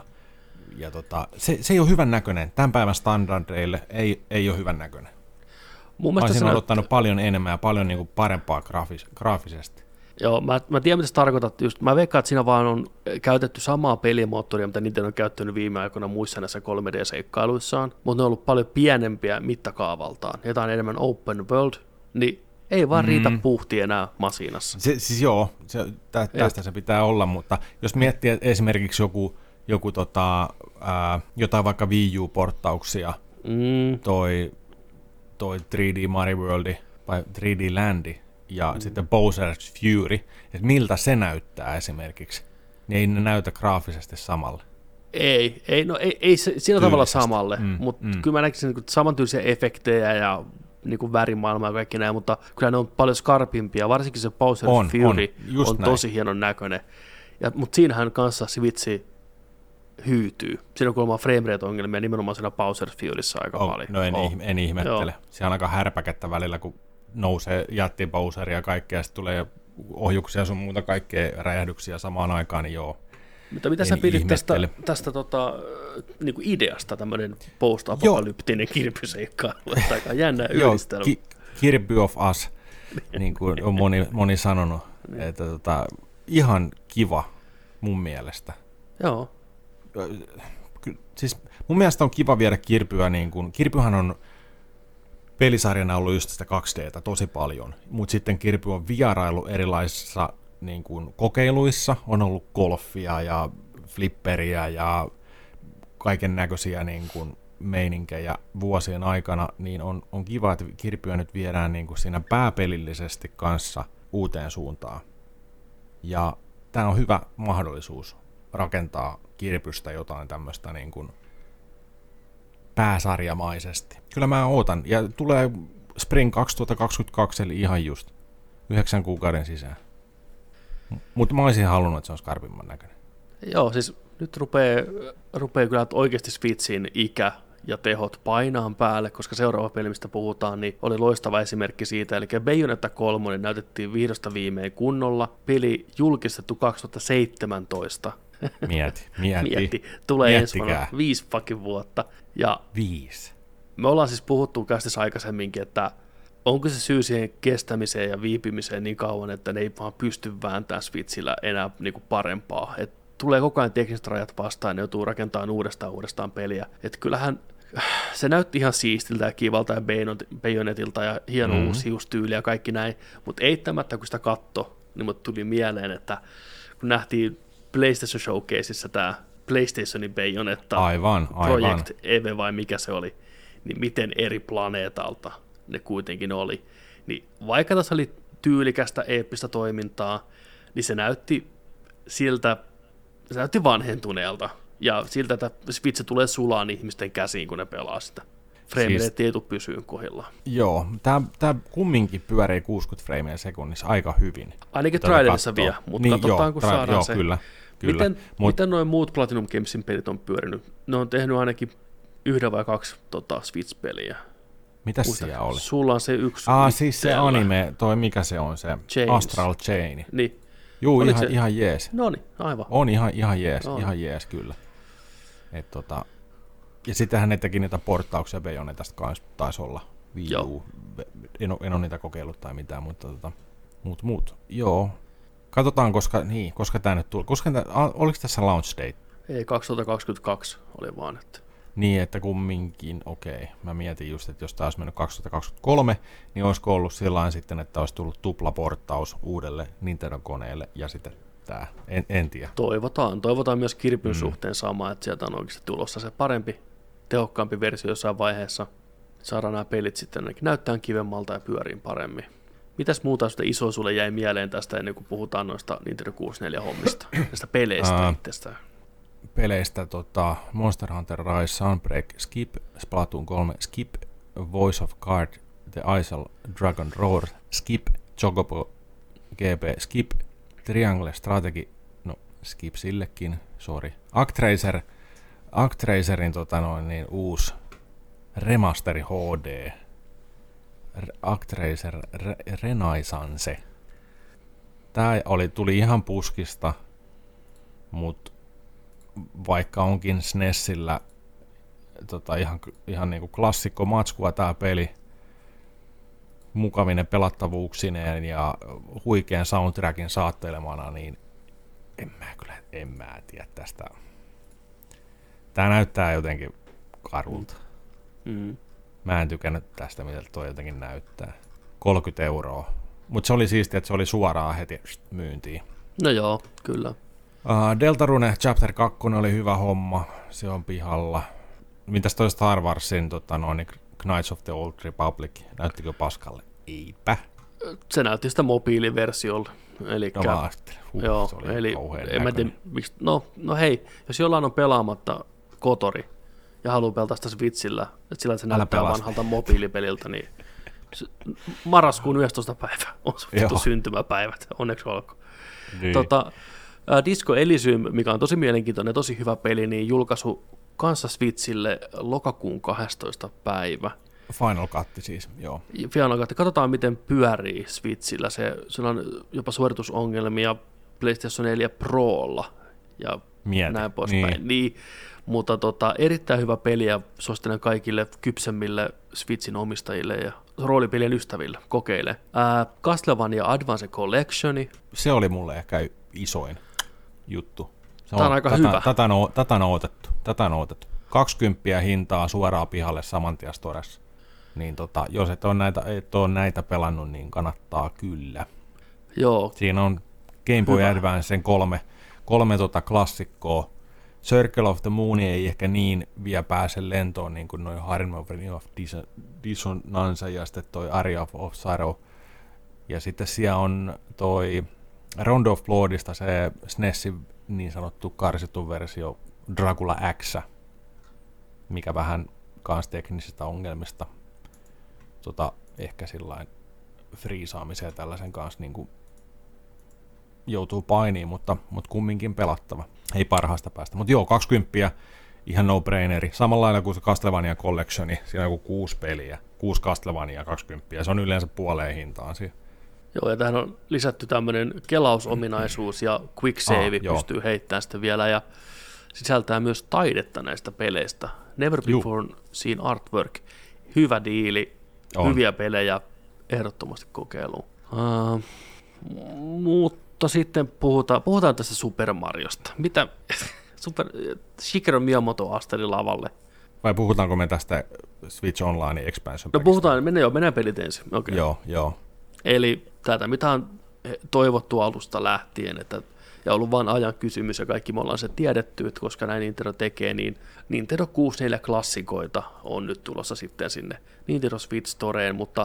ja tota, se, se ei ole hyvän näköinen, tämän päivän standardeille ei, ei ole hyvän näköinen. Mun mielestä olisin odottanut näyt... paljon enemmän ja paljon niin kuin parempaa graafis, graafisesti. Joo, mä, mä tiedän, mitä sä tarkoitat. Just, mä veikkaan, että siinä vaan on käytetty samaa pelimoottoria, mitä Nintendo on käyttänyt viime aikoina muissa näissä kolme D-seikkailuissaan, mutta ne on ollut paljon pienempiä mittakaavaltaan. Jotain enemmän open world, niin ei vaan mm. riitä puhti enää masinassa. Se, siis joo, se, tä, tästä Et. se pitää olla, mutta jos miettii että esimerkiksi joku, joku tota, ää, jotain vaikka Wii U-porttauksia, mm. toi, toi kolme D Mario World vai kolme D Landi, ja mm. sitten Bowser's Fury, että miltä se näyttää esimerkiksi, niin ei ne näytä graafisesti samalle. Ei, ei, no ei, ei sillä Tyylisesti. tavalla samalle, mm, mutta mm. kyllä mä näkisin niin samantyylisiä efektejä ja niin kuin värimaailmaa ja kaikki näin, mutta kyllä ne on paljon skarpimpia, varsinkin se Bowser's on, Fury on, on tosi hienon näköinen. Ja, mutta siinähän kanssa Switchi hyytyy. Siinä on kuulemma framerate-ongelmia nimenomaan siinä Bowser's Furyssä aika oh, paljon. No en, oh. en ihmettele. Joo. Se on aika härpäkettä välillä, kun nousee jätti Bowseria ja kaikkea, ja sitten tulee ohjuksia sun muuta kaikkea räjähdyksiä samaan aikaan, niin joo. Mutta mitä sä pidit tästä, tästä tota, niin kuin ideasta, tämmöinen post-apokalyptinen Kirby-seikkailu, että aika jännä yhdistelmä. Joo, Kirby of Us, niin kuin on moni, moni sanonut, että tota, ihan kiva mun mielestä. Joo. Siis mun mielestä on kiva viedä Kirbyä, niin kuin, Kirbyhän on pelisarjana ollut just sitä kaksi D:tä tosi paljon, mutta sitten Kirby on vierailu erilaisissa niin kuin kokeiluissa, on ollut golfia ja flipperiä ja kaiken näköisiä niin kuin meininkejä vuosien aikana, niin on, on kiva, että Kirbyä nyt viedään niin kuin siinä pääpelillisesti kanssa uuteen suuntaan. Ja tämä on hyvä mahdollisuus rakentaa Kirbystä jotain tämmöistä niin kuin pääsarjamaisesti. Kyllä mä ootan. Ja tulee Spring kaksituhattakaksikymmentäkaksi, eli ihan just yhdeksän kuukauden sisään. Mutta mä olisin halunnut, että se on skarpimman näköinen. Joo, siis nyt rupeaa, rupeaa kyllä oikeasti Switchin ikä ja tehot painaan päälle, koska seuraava peli, mistä puhutaan, niin oli loistava esimerkki siitä, eli Bayonetta kolme näytettiin vihdosta viimein kunnolla, peli julkistettu kaksituhattaseitsemäntoista. Mieti, mieti. Mieti. Tulee ensi Miettikää. vuonna viisi fucking vuotta. Ja Viisi. me ollaan siis puhuttu kästissä aikaisemminkin, että onko se syy siihen kestämiseen ja viipymiseen niin kauan, että ne ei vaan pysty vääntämään Switchillä enää niin kuin parempaa. Et tulee koko ajan tekniset rajat vastaan, ne joutuu rakentamaan uudestaan uudestaan peliä. Et kyllähän se näytti ihan siistiltä ja kivalta ja Bayonetilta ja hieno mm-hmm. uusi hiustyyli ja kaikki näin, mutta eittämättä kun sitä katto, niin mut tuli mieleen, että kun nähtiin PlayStation Showcaseissa tämä PlayStationin Bayonetta aivan, aivan. Project Eve vai mikä se oli, niin miten eri planeetalta ne kuitenkin oli. Niin vaikka tässä oli tyylikästä, eeppistä toimintaa, niin se näytti siltä, se näytti vanhentuneelta. Ja siltä, että Switch tulee sulaan ihmisten käsiin, kun ne pelaa sitä. Frame rate ei tule pysyyn kohdillaan. Joo, tämä, tämä kumminkin pyörii kuusikymmentä freimejä sekunnissa aika hyvin. Ainakin trailerissa vielä, mutta niin, katsotaan, joo, kun tra- saadaan joo, se. Kyllä, kyllä. Miten, Mut, miten nuo muut Platinum Gamesin pelit on pyörinyt? Ne on tehnyt ainakin yhden vai kaksi tota, Switch-peliä. Mitäs Muista, siellä oli? Sulla on se yksi. Ah, siis se anime, toi mikä se on, se Chains. Astral Chain. Niin. Juu, ihan, se? ihan jees. No niin, aivan. On ihan, ihan jees, no. ihan jees kyllä. Et tota, ja sittenhän ne teki niitä porttauksia Bayonetasta kanssa, taisi olla. Wii U. En, en ole niitä kokeillut tai mitään, mutta tota, muut, muut. Joo. Katsotaan, koska, niin, koska tämä nyt tuli. Koska tää, oliko tässä launch date? Ei, kaksituhattakaksikymmentäkaksi oli vaan, että... Niin, että kumminkin, okei. Mä mietin just, että jos tämä olisi mennyt kaksituhattakaksikymmentäkolme, niin olisiko ollut sillain sitten, että olisi tullut tuplaporttaus uudelle Nintendo-koneelle ja sitten tämä, en, en tiedä. Toivotaan. Toivotaan myös kirpyn Mm. suhteen samaa, että sieltä on oikeasti tulossa se parempi, tehokkaampi versio jossain vaiheessa. Saadaan nämä pelit sitten ainakin näyttää kivemmalta ja pyöriin paremmin. Mitäs muuta sitä iso sulle jäi mieleen tästä ennen kuin puhutaan noista Nintendo kuusikymmentäneljä-hommista, näistä peleistä uh, itsestään? Peleistä tota, Monster Hunter Rise, Sunbreak, Skip, Splatoon kolme, Skip, Voice of Card, The Isle, Dragon Roar, Skip, Chocobo, G P, Skip, Triangle Strategy, no Skip sillekin, sorry. Actracer, Actracerin tota noin, niin, uusi remasteri H D, Actracer Re- Renaissance. Tää oli, tuli ihan puskista, mutta vaikka onkin SNESillä tota, ihan, ihan niinku klassikko matskua tää peli, mukavinen pelattavuuksineen ja huikean soundtrackin saattelemana, niin en mä kyllä, en mä tiedä tästä. Tää näyttää jotenkin karulta. Mm. Mä en tykännyt tästä, mitä toi jotenkin näyttää. kolmekymmentä euroa. Mutta se oli siistiä, että se oli suoraan heti myyntiin. No joo, kyllä. Uh, Deltarune Chapter kaksi oli hyvä homma. Se on pihalla. Mitäs toi Star Warsin tota, noin, Knights of the Old Republic? Näyttikö paskalle? Eipä. Se näytti sitä mobiiliversiolla. Elikkä, no mä huh, joo, se oli eli kauhean en mä tiedä, miksi, no, no hei, jos jollain on pelaamatta Kotori ja haluaa pelata sitä Switchillä, että sillä että se Älä näyttää pelasta. vanhalta mobiilipeliltä, niin se, marraskuun yhdestoista päivä on sun syntymäpäivät, onneksi olkoon. Niin. Tota, ä, Disco Elysium, mikä on tosi mielenkiintoinen ja tosi hyvä peli, niin julkaisu kanssa Switchille lokakuun kahdestoista päivä. Final Cut siis, joo. Final Cut. Katsotaan, miten pyörii Switchillä. Se, sillä on jopa suoritusongelmia PlayStation neljä Prolla ja Mieti. näin poispäin. Niin. Niin, mutta tota, erittäin hyvä peli ja suosittelen kaikille kypsemmille Switchin omistajille ja roolipelien ystäville. Kokeile. Ää, Castlevania Advance Collectioni. Se oli mulle ehkä isoin juttu. Se Tämä on aika tätä, hyvä. Tätä, no, tätä on odotettu. Tätä on odotettu. kaksikymmentä hintaa suoraan pihalle samantia storessa. Niin tota, jos et ole näitä, et ole näitä pelannut, niin kannattaa kyllä. Joo. Siinä on Game Boy Advancen kolme, kolme tota klassikkoa. Circle of the Moon ei ehkä niin vielä pääse lentoon niin kuin noin Harmony of Dissonance ja sitten toi Aria of Sorrow. Ja sitten siellä on toi Rondo of Bloodista se SNESin niin sanottu karsittu versio Dracula X, mikä vähän kans teknisistä ongelmista tota, ehkä sillain friisaamiseen ja tällaisen kanssa niin kuin joutuu painiin, mutta, mutta kumminkin pelattava. Ei parhaasta päästä. Mutta joo, kaksikymmentä ihan no-braineri. Samalla lailla kuin se Castlevania Collectioni, siinä on joku kuusi peliä, kuusi Castlevania kaksikymmentä, ja se on yleensä puoleen hintaan siinä. Joo, ja tähän on lisätty tämmöinen kelausominaisuus, ja quick save ah, pystyy joo. heittämään sitten vielä, ja sisältää myös taidetta näistä peleistä. Never before Juh. seen artwork, hyvä diili, on. hyviä pelejä, ehdottomasti kokeiluun. Uh, mutta sitten puhutaan, puhutaan tästä Super Mariosta. Mitä Super, Shigeru Miyamoto asteli lavalle. Vai puhutaanko me tästä Switch Online expansion No puhutaan, mennään jo, mennään pelit ensin. Okay. Joo, joo. Eli tätä, mitä on toivottu alusta lähtien, että, ja ollut vain ajan kysymys, ja kaikki me ollaan se tiedetty, että koska näin Nintendo tekee, niin Nintendo kuusikymmentäneljä-klassikoita on nyt tulossa sitten sinne Nintendo Switch Storeen, mutta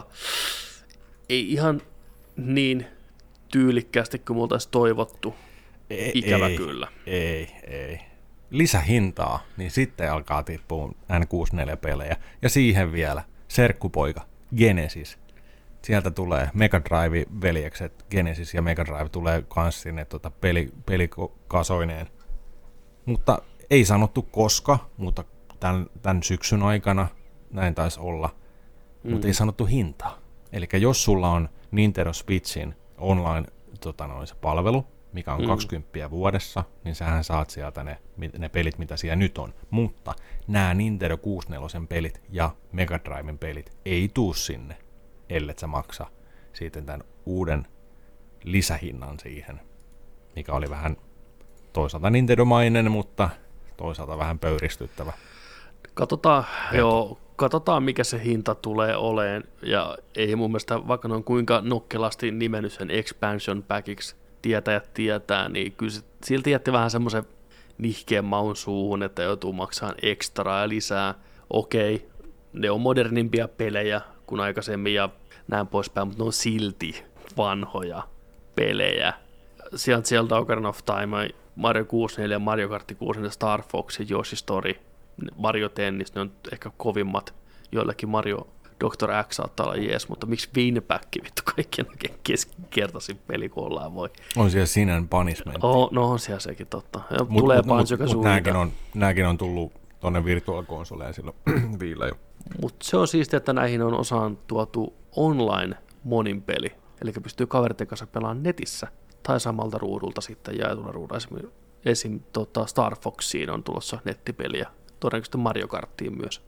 ei ihan niin tyylikkäästi kuin me oltaisiin toivottu. Ei, Ikävä ei, kyllä. Ei, ei. Lisähintaa, niin sitten alkaa tippua N kuusikymmentäneljä-pelejä. Ja siihen vielä serkkupoika, Genesis. Sieltä tulee Mega Drive-veljekset, Genesis ja Mega Drive tulee kans sinne tota peli, pelikasoineen. Mutta ei sanottu koska, mutta tämän, tämän syksyn aikana näin taisi olla. Mm. Mutta ei sanottu hintaa. Eli jos sulla on Nintendo Switchin online tota noin, se palvelu, mikä on mm. kaksikymmentä vuodessa, niin sähän saat sieltä ne, ne pelit, mitä siellä nyt on. Mutta nämä Nintendo kuusikymmentäneljä pelit ja Mega Driven pelit ei tuu sinne, ellet sä maksa siitä tämän uuden lisähinnan siihen, mikä oli vähän toisaalta Nintendo-mainen, mutta toisaalta vähän pöyristyttävä. Katsotaan, joo, katsotaan mikä se hinta tulee oleen, ja ei mun mielestä, vaikka ne on kuinka nokkelasti nimennyt sen expansion packiksi, tietäjät tietää, niin kyllä se silti jätti vähän semmoisen nihkeän maun suuhun, että joutuu maksamaan ekstraa ja lisää. Okei, ne on modernimpia pelejä kuin aikaisemmin ja näin poispäin, mutta ne on silti vanhoja pelejä. Sieltä Zelda Ocarina of Time, Mario kuusikymmentäneljä, Mario Kart kuusikymmentä, Star Fox ja Yoshi Story, Mario Tennis, ne on ehkä kovimmat, joillekin Mario doktor X saattaa olla jees, mutta miksi Winback vittu kaikkien keskinkertaisin peli, kun ollaan voi. On siellä Sin Punishment. Oh, no on siellä sekin totta. Ja mut, tulee mut, mut, mut nääkin, on, nääkin on tullut tuonne virtuaalikonsoleen silloin viillä jo. Mutta se on siistiä, että näihin on osaan tuotu online monin peli. Eli pystyy kaveritten kanssa pelaamaan netissä tai samalta ruudulta sitten jaetulla ruudulla. Esim, esim tota Star Foxiin on tulossa nettipeliä, todennäköisesti Mario Karttiin myös.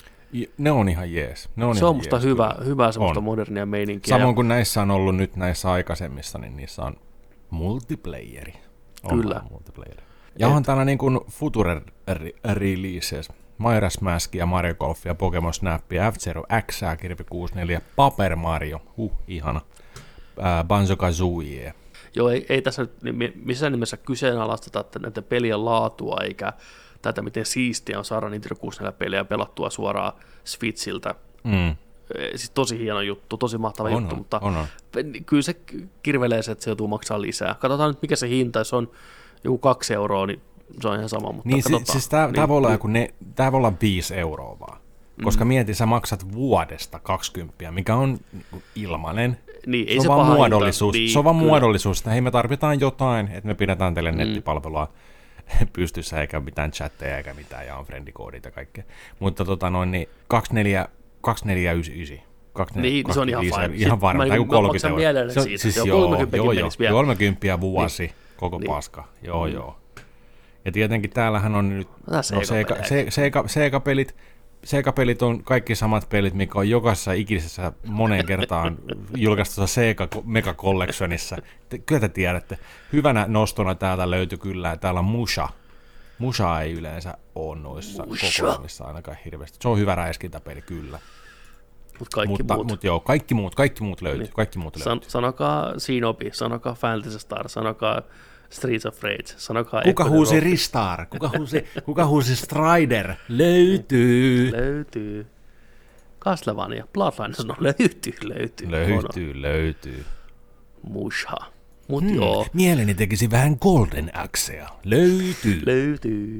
Ne on ihan jees. Ne on se ihan on musta jees, hyvä, hyvä semmoista on. modernia meininkiä. Samoin kuin näissä on ollut nyt näissä aikaisemmissa, niin niissä on multiplayeri. Kyllä. Multiplayeri. Ja on täällä niin kuin Future Releases, Majora's Mask ja Mario Golf ja Pokemon Snap ja F-Zero X, Kirby kuusikymmentäneljä, Paper Mario, huh, ihana, äh, Banjo-Kazooie. Joo, ei, ei tässä missään nimessä kyseenalaisteta näiden pelien laatua eikä tätä, miten siistiä on saada Nintendo kuusikymmentäneljä-pelejä pelattua suoraan Switchiltä. Mm. Siis tosi hieno juttu, tosi mahtava on, juttu, on, mutta on, on. kyllä se kirvelee se, että se joutuu maksaa lisää. Katsotaan nyt, mikä se hinta, jos on joku kaksi euroa, niin se on ihan sama, mutta niin, katsotaan. Siis tämä niin, voi olla joku ne, tää voi olla viisi euroa vaan, koska mm. mieti, sä maksat vuodesta kaksikymmentä, mikä on ilmainen. Niin, ei se, se on vaan muodollisuus, niin, se on vaan muodollisuus, että hei, me tarvitaan jotain, että me pidetään teille mm. nettipalvelua pystyssä, eikä mitään chatteja, eikä mitään, ja on friendikoodit ja kaikkea. Mutta tota noin, niin kaksikymmentäneljä yhdeksänkymmentäyhdeksän. Niin, se on ihan fine. Ihan varma, tai joku kolmekymmentä euroa. Mielelläni se, siitä. Siis joo, joo, kolmekymmentä joo, joo, vielä. kolmekymmentä vuosi, niin. Koko niin. paska. Joo, mm. joo. Ja tietenkin täällähän on nyt no, Sega, Sega, Sega-pelit. Sega-pelit on kaikki samat pelit, mikä on jokaisessa ikisessä moneen kertaan julkaistussa Sega Mega Collectionissa. Kyllä te tiedätte. Hyvänä nostona täältä löytyi kyllä, täällä on Musha. Musha ei yleensä ole noissa kokoelmissa ainakaan hirveästi. Se on hyvä räiskintäpeli, kyllä. Mut kaikki mutta, muut. Mutta joo, kaikki muut, kaikki muut löytyy. Niin. Kaikki muut löytyy. San, sanokaa Shinobi, sanokaa Fantasy Star, sanokaa Streets of Rage, sanokaa Kuka huusi Ristar? Kuka huusi, kuka huusi Strider? Löytyy. Löytyy. Castlevania, Bloodlines, no löytyy, löytyy. Löytyy, no. löytyy. Musha. Mut hmm, joo. Mieleni tekisi vähän Golden Axea. Löytyy. Löytyy.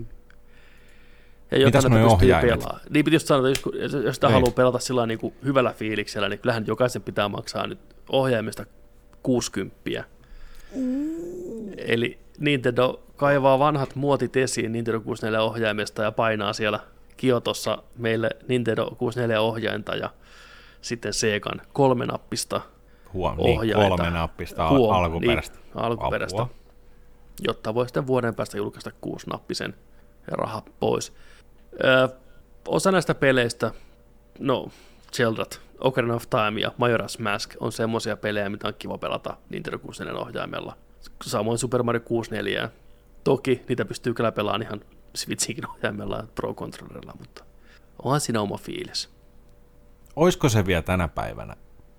Ja mitäs noi ohjaimet? Pelaa. Niin piti just sanoa, että jos, jos sitä haluaa pelata sillä niin kuin hyvällä fiiliksellä, niin kyllähän jokaisen pitää maksaa nyt ohjaimesta kuusikymmentä. Mm. Eli Nintendo kaivaa vanhat muotit esiin Nintendo kuusikymmentäneljä-ohjaimesta ja painaa siellä Kiotossa meille Nintendo kuusikymmentäneljä-ohjainta ja sitten Segan kolmenappista Huom, niin, ohjainta. kolme nappista Huom, alkuperäistä. Niin, alkuperäistä, Apua. jotta voi sitten vuoden päästä julkaista kuusinappisen ja raha pois. Ö, osa näistä peleistä, no Zeldat, Ocarina of Time ja Majora's Mask on semmoisia pelejä, mitä on kiva pelata Nintendo kuusikymmentäneljä-ohjaimella. Samoin Super Mario kuusikymmentäneljä. Toki niitä pystyy kyllä pelaamaan ihan Switchinkin ohjaimella ja Pro-controllerilla, mutta onhan siinä oma fiilis. Olisiko se vielä tänä päivänä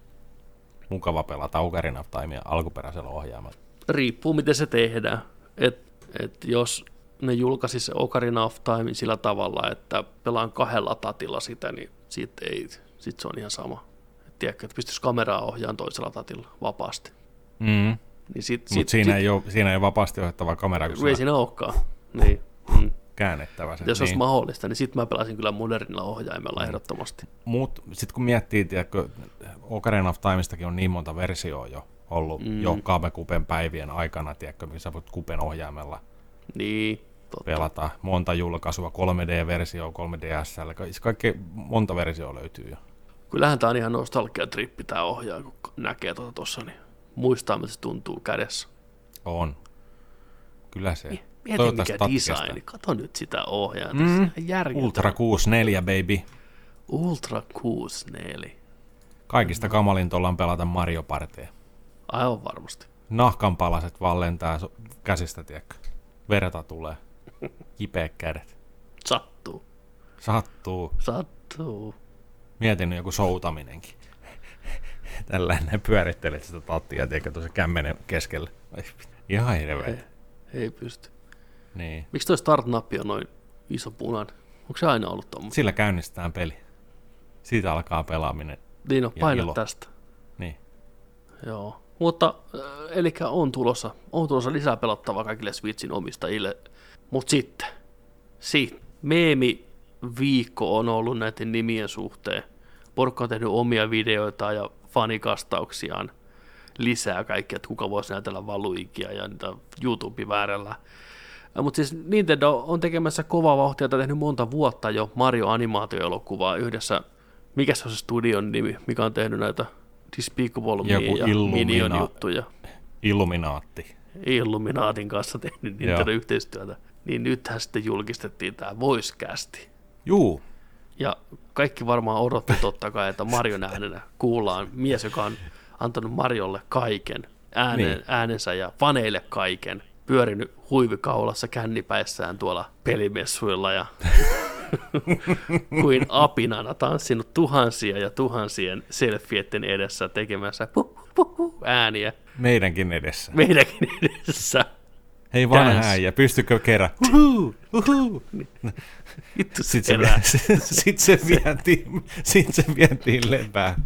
mukava pelata Ocarina of Timea alkuperäisellä ohjaimella? Riippuu, miten se tehdään. Et, et jos ne julkaisi se Ocarina of Time sillä tavalla, että pelaan kahdella tatilla sitä, niin sitten ei, sit se on ihan sama. Et tiedätkö, että pystyisi kameraa ohjaamaan toisella tatilla vapaasti. Mm. Niin sit, Mutta sit, siinä, sit, ei ole, siinä ei ole vapaasti ohjattavaa kameraa, kun ei siinä olekaan. Niin. Mm. käännettävä se. Jos niin. olisi mahdollista, niin sitten mä pelasin kyllä modernilla ohjaimella ehdottomasti. Sitten kun miettii, tiedätkö, Ocarina of Timestakin on niin monta versioa jo ollut mm. jo GameCuben päivien aikana, tiedätkö, missä voit Cuben ohjaimella niin, totta. pelata. Monta julkaisua, kolme D-versiota, kolme D S L, kaikki monta versioa löytyy jo. Kyllähän tämä on ihan nostalgia-trippi tämä ohjaaja, kun näkee tuota tuossa, niin muistaa, mitä se tuntuu kädessä. On. Kyllä se. Mieti mikä design. Kato nyt sitä ohjaa. Mm. Ultra kuusikymmentäneljä, baby. Ultra kuusikymmentäneljä. Kaikista kamalin ollaan pelata Mario Partia. Aivan varmasti. Nahkanpalaset vaan lentää käsistä, tiedätkö. Verta tulee. Kipeä kädet. Sattuu. Sattuu. Sattuu. Mietin joku soutaminenkin. Tällainen pyörittelet sitä tattia, tiedätkö, tuossa kämmenen keskellä. Ihan hirveä. Ei, ei pysty. Niin. Miksi toi start-nappi on noin iso punainen? Onko se aina ollut tommoinen? Sillä käynnistetään peli. Siitä alkaa pelaaminen. Niin on, paina tästä. Niin. Joo. Mutta, äh, eli on tulossa, on tulossa lisää pelattavaa kaikille Switchin omistajille. Mutta sitten, sit, meemi-viikko on ollut näiden nimien suhteen. Porukka on tehnyt omia videoita ja fanikastauksiaan lisää kaikkea, että kuka voisi näytellä valuikia ja niitä YouTube-väärällä. Mutta siis Nintendo on tekemässä kovaa vauhtia, tai tehnyt monta vuotta jo Mario-animaatioelokuvaa yhdessä. Mikä se on se studion nimi, mikä on tehnyt näitä Despicable Me ja Minion-juttuja? Illuminaatti. Illuminaatin kanssa tehnyt Nintendo yhteistyötä. Niin nythän sitten julkistettiin tämä Voice-kästi. Juu. Ja kaikki varmaan odotti totta kai, että Marion äänenä kuullaan mies, joka on antanut Mariolle kaiken, äänen, niin. äänensä ja faneille kaiken. Pyörinyt huivikaulassa kännipäissään tuolla pelimessuilla ja kuin apinana tanssinut tuhansia ja tuhansien selfietten edessä tekemässä puh, puh, puh, ääniä. Meidänkin edessä. Meidänkin edessä. Hei vanha äijä, pystykö kerran? Uhu, uhu. Sitten se, sit se vietiin, sit se vietiin lepää.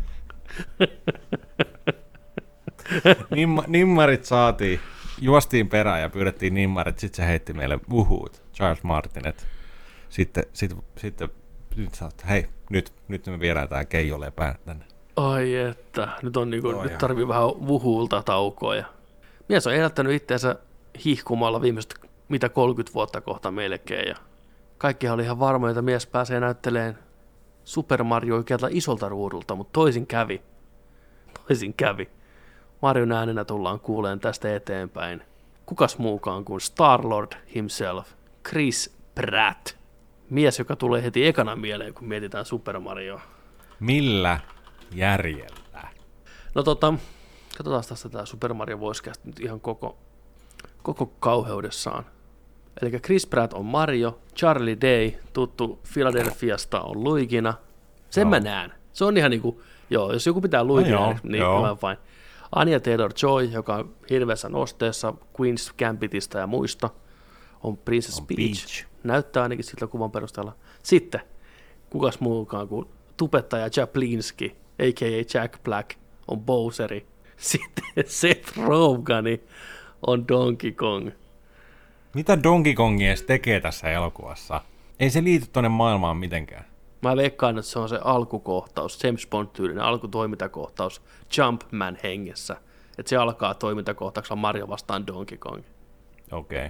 Nimma, nimmarit saatiin. Juostiin perään ja pyydettiin nimmarit, sitten se heitti meille uhuut, Charles Martinet. Sitten, sitten, sitten nyt sä oot, hei, nyt, nyt me viedään tää Keijo lepään tänne. Ai että, nyt, on niinku, oh, nyt tarvii vähän vuhuulta taukoa. Ja mies on elättänyt itseänsä hihkumalla viimeiset mitä kolmekymmentä vuotta kohta melkein. Ja kaikkihan oli ihan varmoja, että mies pääsee näyttelemään Super Mario oikealta isolta ruudulta, mutta toisin kävi. Toisin kävi. Marion äänenä tullaan kuuleen tästä eteenpäin. Kukas muukaan kuin Star-Lord himself, Chris Pratt. Mies, joka tulee heti ekana mieleen, kun mietitään Super Marioa. Millä järjellä? No tota, katsotaan tästä tämä Super Mario Voicecast nyt ihan koko, koko kauheudessaan. Eli Chris Pratt on Mario, Charlie Day, tuttu Philadelphiasta, on Luigina. Sen no. mä näen. Se on ihan niinku, joo, jos joku pitää Luigina, no, niin ihan fine. Anya Taylor-Joy, joka on hirveässä nosteessa Queen's Gambitista ja muista, on Princess on Peach. Peach. Näyttää ainakin siltä kuvan perusteella. Sitten, kukas muukaan kuin tubettaja Japlinski, a k a. Jack Black, on Bowseri. Sitten Seth Rogani on Donkey Kong. Mitä Donkey Kong edes tekee tässä elokuvassa? Ei se liity tuonne maailmaan mitenkään. Mä veikkaan, että se on se alkukohtaus, James Bond-tyylinen alkutoimintakohtaus Jumpman hengessä. Että se alkaa toimintakohtauksella Mario vastaan Donkey Kong. Okei. Okay.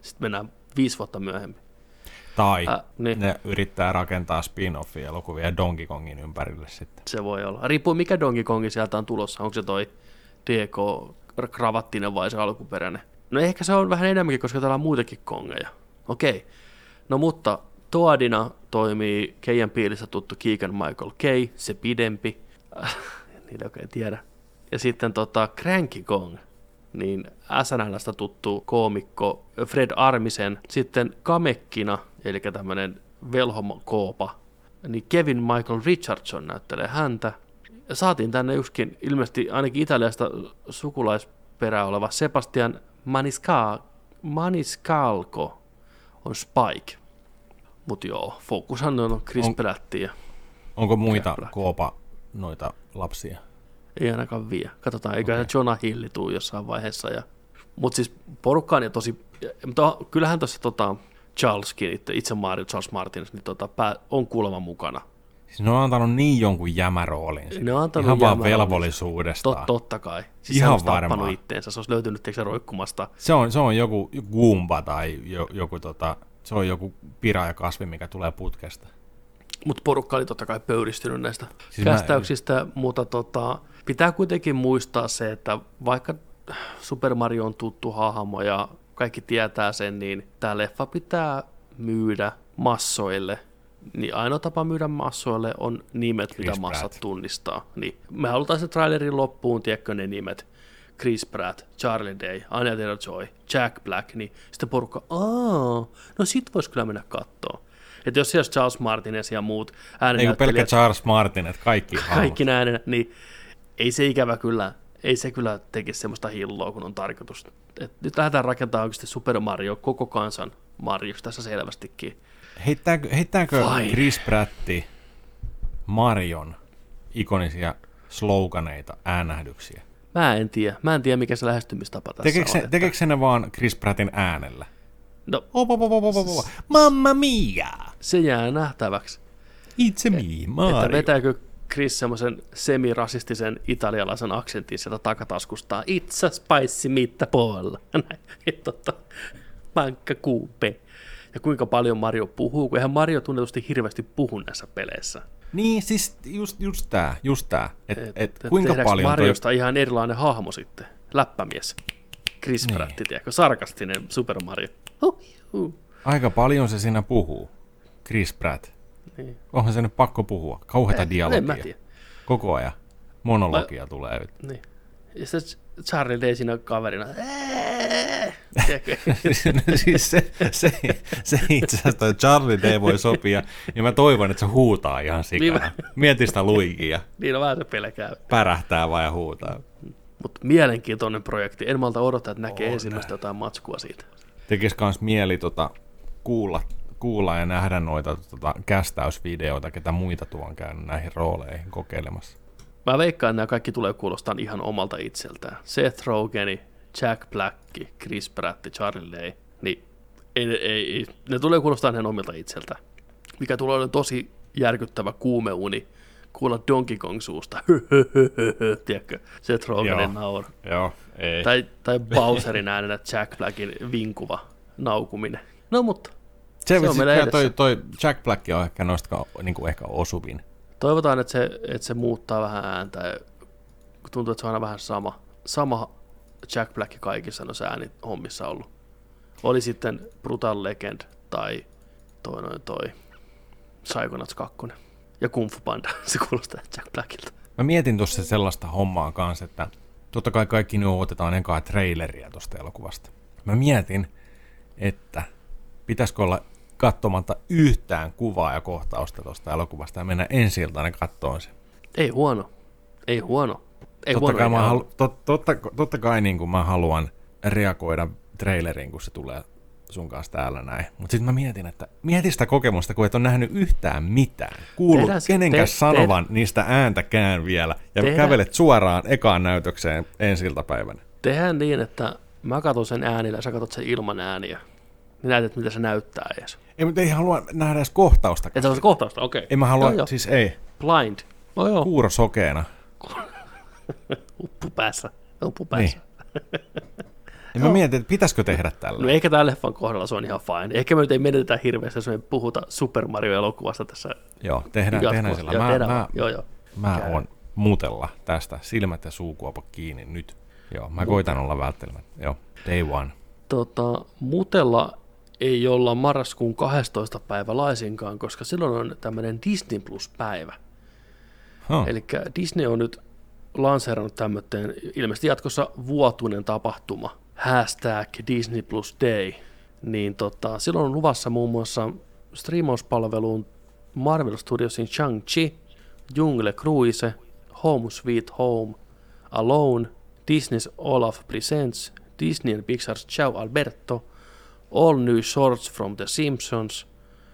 Sitten mennään viisi vuotta myöhemmin. Tai Äh, niin. ne yrittää rakentaa spin-offia elokuvia Donkey Kongin ympärille sitten. Se voi olla. Riippuu mikä Donkey Kongi sieltä on tulossa. Onko se toi D K-kravattinen vai se alkuperäinen? No ehkä se on vähän enemmänkin, koska täällä on muitakin kongeja. Okei. No mutta Toadina toimii Keijan piirissä tuttu Keegan Michael Kay, se pidempi. Niille oikein tiedä. Ja sitten tota Cranky Kong, niin S N L:stä tuttu koomikko Fred Armisen. Sitten Kamekkina, eli tämmöinen velhomokoopa, niin Kevin Michael Richardson näyttelee häntä. Ja saatiin tänne yksikin ilmeisesti ainakin Italiasta sukulaisperää oleva Sebastian Manisca- Maniscalco on Spike. Mut joo, fokushan on Chris on, Pratt ja onko muita koopa noita lapsia? Ei ainakaan vie. Katsotaan, eikä okay. Jonah Hill tuu jossain vaiheessa. Ja... Mutta siis porukka on ja tosi... Mutta kyllähän tuossa tota, Charleskin, itse, itse Mario, Charles Martins, niin tota, pää, on kuulemma mukana. Siis ne on antanut niin jonkun jämäroolin. Ne on antanut ihan vaan velvollisuudestaan. Tot, totta kai. Siis ihan se on tappanut itteensä. Se olisi löytynyt teksä roikkumasta. Se on, se on joku Goomba tai jo, joku, tota, se on joku pirajakasvi, mikä tulee putkesta. Mutta porukka oli totta kai pöyristynyt näistä siis kästäyksistä, mä... mutta tota, pitää kuitenkin muistaa se, että vaikka Super Mario on tuttu hahmo ja kaikki tietää sen, niin tämä leffa pitää myydä massoille. Niin ainoa tapa myydä massoille on nimet, Chris mitä massat Pratt. Tunnistaa. Niin me halutaan se trailerin loppuun, tiedätkö ne nimet. Chris Pratt, Charlie Day, Anya Taylor-Joy, Jack Black, niin sitten porukka, aah, no sit vois kyllä mennä kattoo. Että jos siellä Charles Martines ja muut äänenäyttelijät... Ei pelkkä Charles Martinet, kaikki Kaikki näin, niin ei se ikävä kyllä, ei se kyllä tekisi semmoista hilloa, kun on tarkoitus. Et nyt lähdetään rakentamaan oikeasti Super Mario koko kansan Marioksi tässä selvästikin. Heittääkö, heittääkö Chris Pratti Marion ikonisia sloganeita, äänähdyksiä? Mä en tiedä. Mä en tiedä, mikä se lähestymistapa tässä tekeekö se, on. Tekeekö se ne vaan Chris Prattin äänellä? No, oh, oh, oh, oh, oh, oh. Mamma mia! Se jää nähtäväksi. Itse me, Mario. Että vetääkö Chris semmoisen semirasistisen italialaisen aksentin sieltä takataskustaan. It's a spicy meatball. Näin, totta. Pankka kuupe. Ja kuinka paljon Mario puhuu, kun eihän Mario tunnetusti hirveästi puhu näissä peleissä. Niin, siis just, just tää, just tää. Et, et, et, et kuinka paljon Mariosta toi... ihan erilainen hahmo sitten. Läppämies. Chris niin. Pratt, tiedätkö? Sarkastinen Super Mario. Huh, huh. Aika paljon se siinä puhuu, Chris Pratt. Niin. Onhan se nyt pakko puhua. Kauheata eh, dialogia. Koko ajan. Monologia Mä... tulee. Niin. Ja sitten Charlie Day siinä kaverina. Siis se, se, se itse asiassa Charlie Day voi sopia, ja mä toivon, että se huutaa ihan sikana. Mieti sitä Luigia. Niin on vähän se pelkää. Pärähtää vaan ja huutaa. Mutta mielenkiintoinen projekti. En malta odottaa, että näkee oh, ensimmäistä näin. Jotain matskua siitä. Tekisi kans mieli tota, kuulla, kuulla ja nähdä noita tota, kästäysvideoita, ketä muita tuon käynyt näihin rooleihin kokeilemassa. Mä veikkaan, että nämä kaikki tulee kuulostaa ihan omalta itseltään. Seth Rogeni, Jack Black, Chris Pratt, Charlie Day, niin ei, ei, ei, ne tulee kuulostaa ihan omilta itseltään. Mikä tulee olemaan tosi järkyttävä kuumeuni kuulla Donkey Kong suusta. Tiedätkö, Seth Rogenin nauru. Joo, ei. Tai, tai Bowserin äänenä Jack Blackin vinkuva naukuminen. No mutta, se, se on meillä edessä. Toi, toi Jack Black on ehkä noista niin kuin ehkä osuvin. Toivotaan, että se, että se muuttaa vähän ääntä. Tuntuu, että se on aina vähän sama, sama Jack Black kaikissa noissa äänihommissa ollut. Oli sitten Brutal Legend tai toi noin toi Psychonauts kaksi ja Kung Fu Panda, se kuulostaa Jack Blackilta. Mä mietin tuossa sellaista hommaa kanssa, että totta kai kaikki nyt otetaan enkaa traileria tuosta elokuvasta. Mä mietin, että pitäisikö olla katsomatta yhtään kuvaa ja kohtausta tuosta elokuvasta ja mennä ensi iltana kattoon se. Ei huono. Ei huono. Ei totta, huono kai mä halu, tot, totta, totta kai niin kuin mä haluan reagoida traileriin, kun se tulee sun kanssa täällä näin. Mutta sitten mä mietin, että mieti sitä kokemusta, kun et ole nähnyt yhtään mitään. Kuullut kenenkään te, sanovan te, niistä ääntäkään vielä ja tehdään, kävelet suoraan ekaan näytökseen ensi iltapäivänä. Tehdään niin, että mä katson sen äänillä ja sä katsot sen ilman ääniä. Niin näytät, mitä se näyttää edes. Ei, mutta ei halua nähdä edes kohtausta. Ei se kohtausta, okei. Okay. Ei mä halua, joo, siis ei. Blind. No joo. Kuuro sokeena. Uppu päässä. Uppu päässä. Niin. Ja mä mietin, että pitäisikö tehdä tällä. No ehkä tämän leffan kohdalla se on ihan fine. Ehkä me nyt ei menetetä hirveästi, jos me puhuta Super Mario-elokuvasta tässä. Joo, tehdään, tehdään sillä. Joo, Mä, tehdään, mä, joo, joo. mä oon mutella tästä, silmät ja suukuopa kiinni nyt. Joo, mä koitan olla välttelemättä. Joo, day one. Tota, mutella ei olla marraskuun kahdestoista päivä laisinkaan, koska silloin on tämmöinen Disney Plus-päivä. Huh. Eli Disney on nyt lanseerannut tämmöinen ilmeisesti jatkossa vuotuinen tapahtuma, hashtag Disney Plus Day, niin tota, silloin on luvassa muun muassa striimauspalveluun Marvel Studiosin Shang-Chi, Jungle Cruise, Home Sweet Home, Alone, Disney's Olaf Presents, Disney and Pixar's Ciao Alberto, All New Shorts from The Simpsons,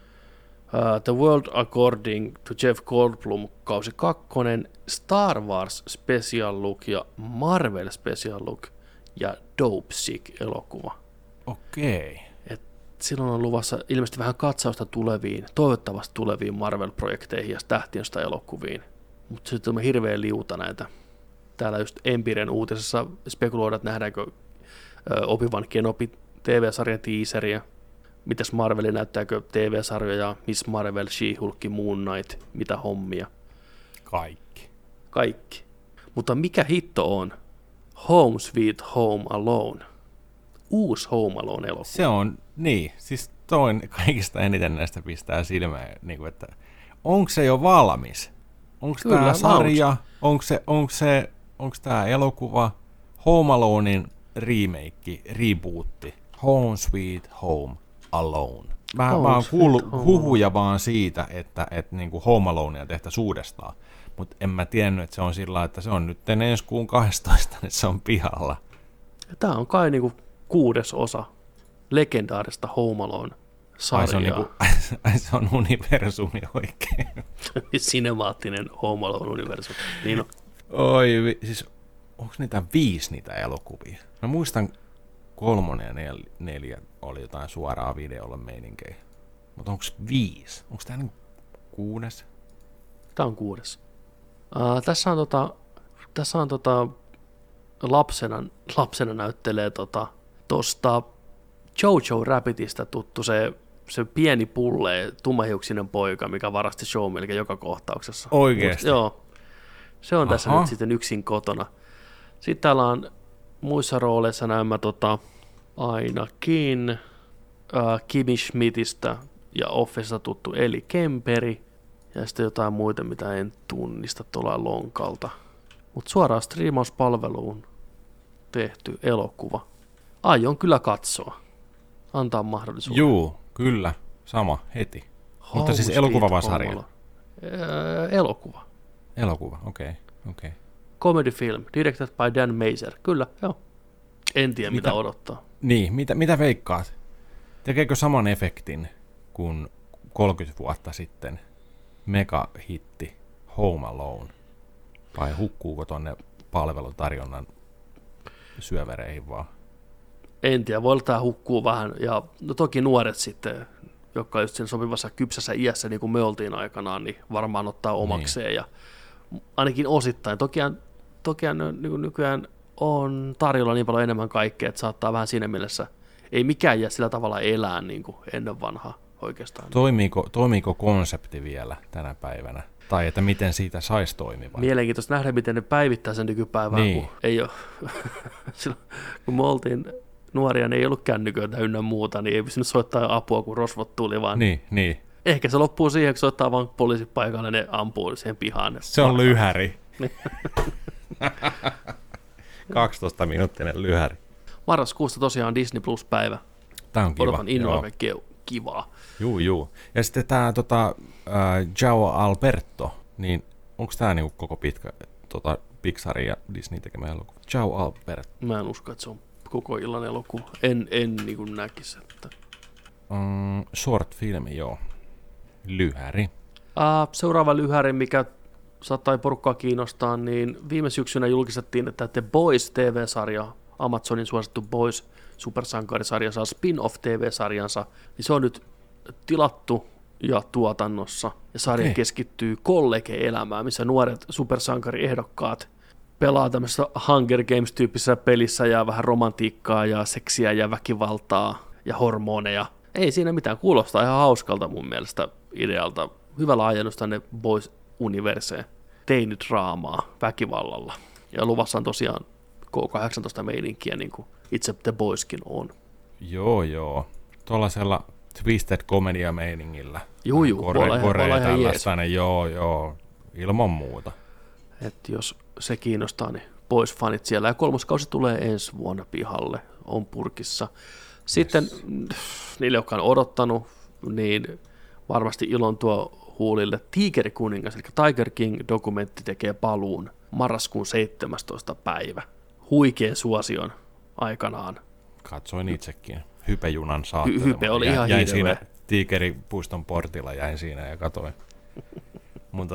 uh, The World According to Jeff Goldblum kausi kakkonen, Star Wars Special Look ja Marvel Special Look ja Dope Sick-elokuva. Okei. Et silloin on luvassa ilmeisesti vähän katsausta tuleviin, toivottavasti tuleviin Marvel-projekteihin ja tähtiöstä elokuviin, mutta sitten on hirveän liuta näitä. Täällä just Empiren uutisessa spekuloidaan, että nähdäänkö Obi-Wan Kenobi T V-sarjan teaseria, mitäs Marveli näyttääkö T V-sarjoja, Miss Marvel, She-Hulk, Moon Knight, mitä hommia. Kaikki. Kaikki. Mutta mikä hitto on Home Sweet Home Alone? Uusi Home Alone-elokuva. Se on, niin, siis toin kaikista eniten näistä pistää silmään, niin kuin, että onko se jo valmis? Onko tämä sarja, onko se, onko se, onko tämä elokuva, Home Alonein remake, rebootti, Home Sweet Home Alone. Mä, mä oon kuullut huhuja vaan siitä, että, että niin kuin Home Alonea tehtäisiin uudestaan, mutta en mä tiennyt, että se on sillä, että se on nyt ensi kuun kahdestoista, että se on pihalla. Tämä on kai niinku kuudes osa legendaarista Home Alone-sarjaa. Ai se on, niinku, ai se on universumi oikein. Sinemaattinen Home Alone-universumi. Niin on. Oi, siis onko niitä viisi niitä elokuvia? Mä muistan kolmonen ja nel, neljä oli jotain suoraa videolla meininkejä. Mutta onko viisi? Onko tää niin kuudes? Tää on kuudes. Uh, tässä on, tota, tässä on tota, lapsena, lapsena näyttelee tota, tosta Jojo Rabbitista tuttu se, se pieni pulle, tummahiuksinen poika, mikä varasti show melkein joka kohtauksessa. Oikeesti? Mut, joo. Se on tässä Aha. nyt sitten yksin kotona. Sitten täällä on muissa rooleissa nämä tota, ainakin äh, Kimi Schmidtistä ja Officesta tuttu Eli Kemperi ja sitten jotain muita, mitä en tunnista tuolla lonkalta. Mutta suoraan striimauspalveluun tehty elokuva. Aion kyllä katsoa. Antaa mahdollisuuden. Juu, kyllä. Sama, heti. How Mutta siis elokuva vai sarja? Äh, elokuva. Elokuva, okei. Okay, okay. Comedy film, directed by Dan Mazer. Kyllä, joo. En tiedä, mitä, mitä odottaa. Niin, mitä, mitä veikkaat? Tekeekö saman efektin kuin kolmekymmentä vuotta sitten megahitti Home Alone? Vai hukkuuko tonne palvelutarjonnan syövereihin vaan? En tiedä, voi olla tämä hukkuu vähän. Ja no toki nuoret sitten, jotka just sen sopivassa kypsässä iässä, niin kuin me oltiin aikanaan, niin varmaan ottaa omakseen. Niin. Ja ainakin osittain. Tokihan, tokihan niin nykyään on tarjolla niin paljon enemmän kaikkea, että saattaa vähän siinä mielessä, ei mikään jää sillä tavalla elää niin kuin ennen vanhaa oikeastaan. Toimiiko, toimiiko konsepti vielä tänä päivänä? Tai että miten siitä saisi toimivan? Mielenkiintoista nähdä, miten ne päivittää sen nykypäivään, niin. kun ei ole. Silloin, kun me oltiin nuoria, niin ei ollut kännyköitä ynnä muuta, niin ei pystynyt soittaa apua, kun rosvot tuli, vaan niin, niin. Ehkä se loppuu siihen, kun soittaa vaan poliisipaikalle ja ne ampuu siihen pihaan. Se on lyhäri. kaksitoista minuuttinen lyhäri. Marraskuusta tosiaan Disney Plus-päivä. Tämä on kiva. Odotan innolla kaikkea kivaa. Juu, juu. Ja sitten tämä tota, äh, Ciao Alberto, niin onko tämä niinku koko pitkä tota, Pixarin ja Disney tekemä elokuva? Ciao Alberto. Mä en usko, että se on koko illan elokuva. En, en niin kuin näkisi. Että... Mm, short filmi, joo. Lyhäri. Uh, seuraava lyhäri, mikä saattaa porukkaa kiinnostaa, niin viime syksynä julkistettiin, että The Boys T V-sarja, Amazonin suosittu Boys supersankarisarja saa spin-off T V-sarjansa, niin se on nyt tilattu ja tuotannossa, ja sarja okay. keskittyy kollege-elämään, missä nuoret supersankariehdokkaat pelaa tämmöisessä Hunger Games-tyyppisessä pelissä ja vähän romantiikkaa ja seksiä ja väkivaltaa ja hormoneja. Ei siinä mitään, kuulostaa ihan hauskalta mun mielestä idealta. Hyvä laajennus tänne Boys-universeen. Teinidraamaa väkivallalla. Ja luvassa on tosiaan K kahdeksantoista-meininkiä, niin kuin itse The Boyskin on. Joo, joo. Tuollaisella twisted komedia-meiningillä. Juu, juu, Kore, voi olla ihan tällaista, niin joo, joo, ilman muuta. Että jos se kiinnostaa, niin Boys-fanit siellä. Ja kolmas kausi tulee ensi vuonna pihalle, on purkissa. Sitten yes. Niille, jotka on odottanut, niin varmasti ilon tuo huulille Tigerikuningas, eli Tiger King-dokumentti tekee paluun marraskuun seitsemästoista päivä. Huikean suosion aikanaan. Katsoin itsekin. Hypejunan saattelema. Hype oli ihan jäin hirveä. Siinä Tiikeripuiston portilla, jäin siinä ja katoin. Mutta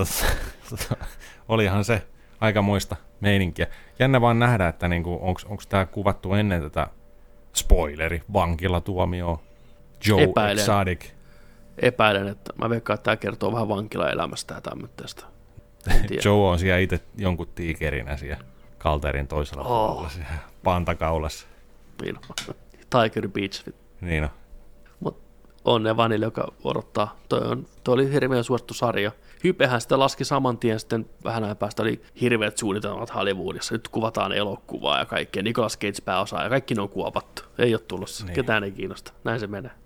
olihan se aikamoista meininkiä. Jännä vaan nähdä, että niinku, onko tämä kuvattu ennen tätä spoileri, vankilatuomioon, Joe Epäilen. Exotic. Epäilen, että mä veikkaan, että tämä kertoo vähän vankilaelämästä ja tämmöistä. Joe on siellä itse jonkun tiikerinä siellä kalterin toisella oh. puolella, siellä pantakaulassa. Niin on. Tiger Beach. Niin on. Mut on ne vanille, joka odottaa. Toi, on, toi oli hirveän suosittu sarja. Hypehän sitä laski saman tien, sitten vähän ajan päästä oli hirveät suunnitelmat Hollywoodissa. Nyt kuvataan elokuvaa ja kaikkea. Nicolas Cage pääosaa ja kaikki ne on kuopattu. Ei ole tulossa. Niin. Ketään ei kiinnosta. Näin se menee.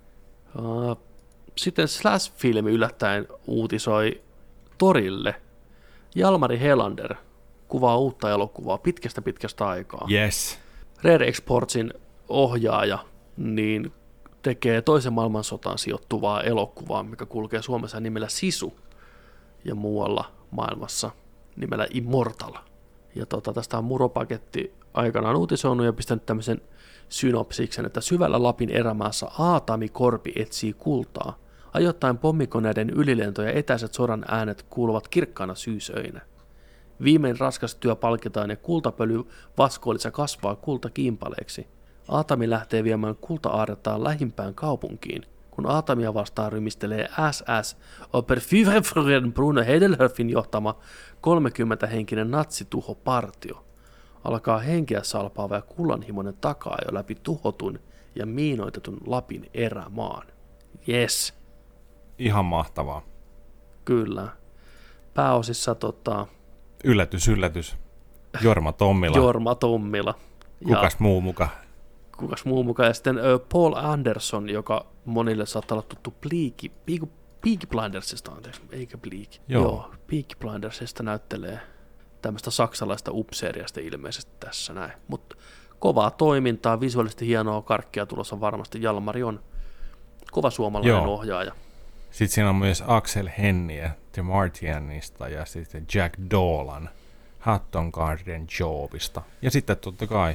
Uh, sitten Slash-filmi yllättäen uutisoi torille. Jalmari Helander kuvaa uutta elokuvaa pitkästä pitkästä aikaa. Yes. Rare Exportsin ohjaaja niin tekee toisen maailmansotaan sijoittuvaa elokuvaa, mikä kulkee Suomessa nimellä Sisu ja muualla maailmassa nimellä Immortal. Ja tota, tästä on Muropaketti aikanaan uutisoinut ja pistänyt tämmöisen synopsiksen, että syvällä Lapin erämaassa Aatami Korpi etsii kultaa. Ajoittain pommikoneiden ylilento ja etäiset sodan äänet kuuluvat kirkkaana syysöinä. Viimein raskas työ palkitaan ja kultapöly vaskoolissa kasvaa kultakimpaleeksi. Aatami lähtee viemään kulta-aarrettaan lähimpään kaupunkiin, kun Aatamia vastaan rymistelee S S Oberführer Bruno Heidelhöfin johtama kolmekymmentä-henkinen natsituhopartio. Alkaa henkeä salpaava ja kullanhimoinen takaa jo läpi tuhotun ja miinoitetun Lapin erämaan. Yes. Ihan mahtavaa. Kyllä. Pääosissa tota... Yllätys, yllätys. Jorma Tommila. Jorma Tommila. Kukas ja, muu muka? Kukas muu muka. Ja sitten uh, Paul Anderson, joka monille saattaa olla tuttu Peaky, Peaky, Peaky Blindersista, anteeksi, eikä Bleak. Joo. Joo, Peaky Blindersista näyttelee tämmöistä saksalaista upseeriasta ilmeisesti tässä näin. Mutta kovaa toimintaa, visuaalisesti hienoa karkkia tulossa varmasti. Jalmari on kova suomalainen Joo. ohjaaja. Sitten siinä on myös Axel Henniä The Martianista ja sitten Jack Dolan Hatton Garden Jobista. Ja sitten totta kai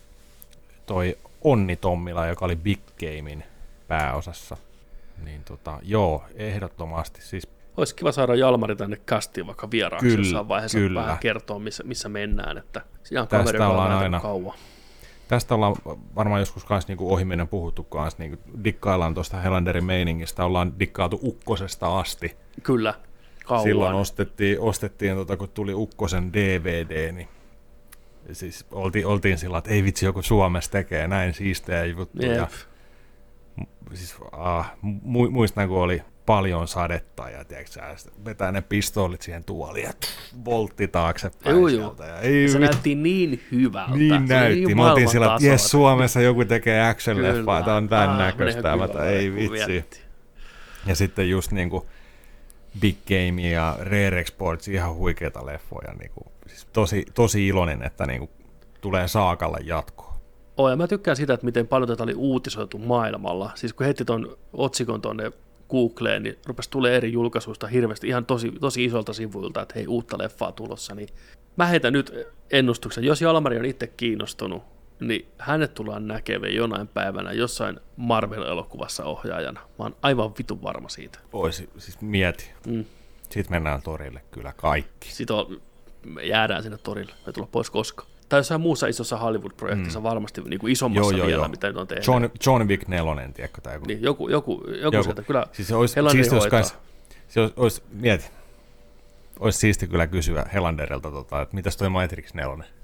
toi Onni Tommila, joka oli Big Gamein pääosassa. Niin tota, joo, ehdottomasti. Siis olisi kiva saada Jalmari tänne castiin vaikka vieraaksi kyllä, jossain vaiheessa kyllä. vähän kertoa, missä, missä mennään. Että siinä on tästä kaveri, ollaan aina kauan. Tästä ollaan varmaan joskus kanssa niinku ohimennen puhuttu kanssa, niinku dikkaillaan tuosta Helanderin meiningistä, ollaan dikkailtu Ukkosesta asti. Kyllä, kauan. Silloin ostettiin, ostettiin tota, kun tuli Ukkosen D V D, niin siis oltiin, oltiin sillä, että ei vitsi, joku Suomessa tekee näin siistejä juttuja. Siis, ah, mu- muistan, kun oli paljon sadetta ja tiedätkö, vetää ne pistoolit siihen tuoliin ja voltti taaksepäin juu, sieltä. Ja ei, se näytti niin hyvältä. Niin se näytti. Niin me oltiin sillä, että jes, Suomessa joku tekee action-leffaa, tämä on tämän ah, näköistä, mutta ei vitsi. Vietti. Ja sitten just niin kuin Big Game ja Rare Exports, ihan huikeita leffoja. Niin kuin, siis tosi, tosi iloinen, että niin kuin tulee Saakalle jatkoa. Oh, ja mä tykkään sitä, että miten paljon tätä oli uutisoitu maailmalla. Siis kun heti ton otsikon tuonne Googleen, niin rupesi tulee eri julkaisuista hirveästi ihan tosi, tosi isolta sivuilta, että hei, uutta leffaa tulossa. Niin mä heitän nyt ennustuksen, jos Jalmari on itse kiinnostunut, niin hänet tullaan näkemään jonain päivänä jossain Marvel-elokuvassa ohjaajana. Mä oon aivan vitun varma siitä. Ois, siis mieti. Mm. Sitten mennään torille kyllä kaikki. Sitten on, me jäädään sinne torille, me ei tulla pois koskaan. Tai jossain muussa isossa Hollywood-projektissa mm. varmasti niin kuin isommassa joo, vielä, joo. mitä nyt on tehnyt. John, John Wick nelonen, tiedätkö? Tai joku. Niin, joku, joku, joku, joku. sieltä kyllä siis olisi, Helander siis hoitaa. Olisi, siis olisi, olisi, mieti, olisi siisti kyllä kysyä Helanderilta, tota, että mitäs toi Matrix nelonen?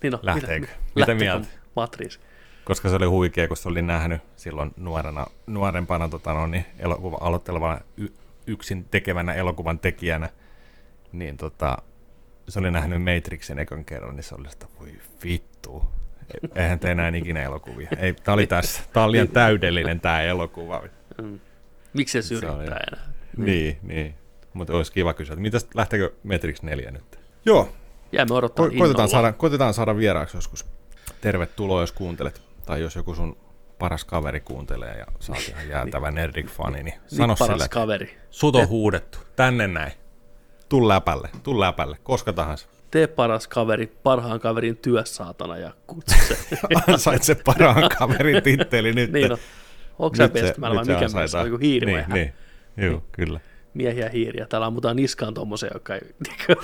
Niin no, lähteekö? Mitä, mitä mieltä? Matriisi. Koska se oli huikea, kun se oli nähnyt silloin nuorena, nuorempana tota, no, niin elokuva aloittelevana y, yksin tekevänä elokuvan tekijänä, niin tota, se oli nähnyt Matrixin ekan kerran, niin se oli sitä, voi vittu, eihän tee enää ikinä elokuvia. Ei, tää oli tässä, tää oli liian täydellinen tää elokuva. Mm. Miksi se syrjittää enää? Niin, niin. Mutta olisi kiva kysyä, että mitäs, lähteekö Matrix neljä nyt? Joo. Jäämme odottaa Ko- koitetaan, saada, koitetaan saada vieraaksi joskus. Tervetuloa, jos kuuntelet. Tai jos joku sun paras kaveri kuuntelee ja sä oot ihan jäätävä Nerdik-fani, niin sano paras sille, kaveri. Sut on huudettu. Tänne näin. Tuu läpälle. Tuu läpälle. Koska tahansa. Tee paras kaveri parhaan kaverin työssaatana ja kutsu se. Ansait se parhaan kaverin titteli nyt. Niin on. Onko sä pestämällä vai mikä mies? Se on joku hiirimehän. Niin, niin. Joo, kyllä. Miehiä hiiriä. Täällä ammutaan niskaan tommosen, joka ei...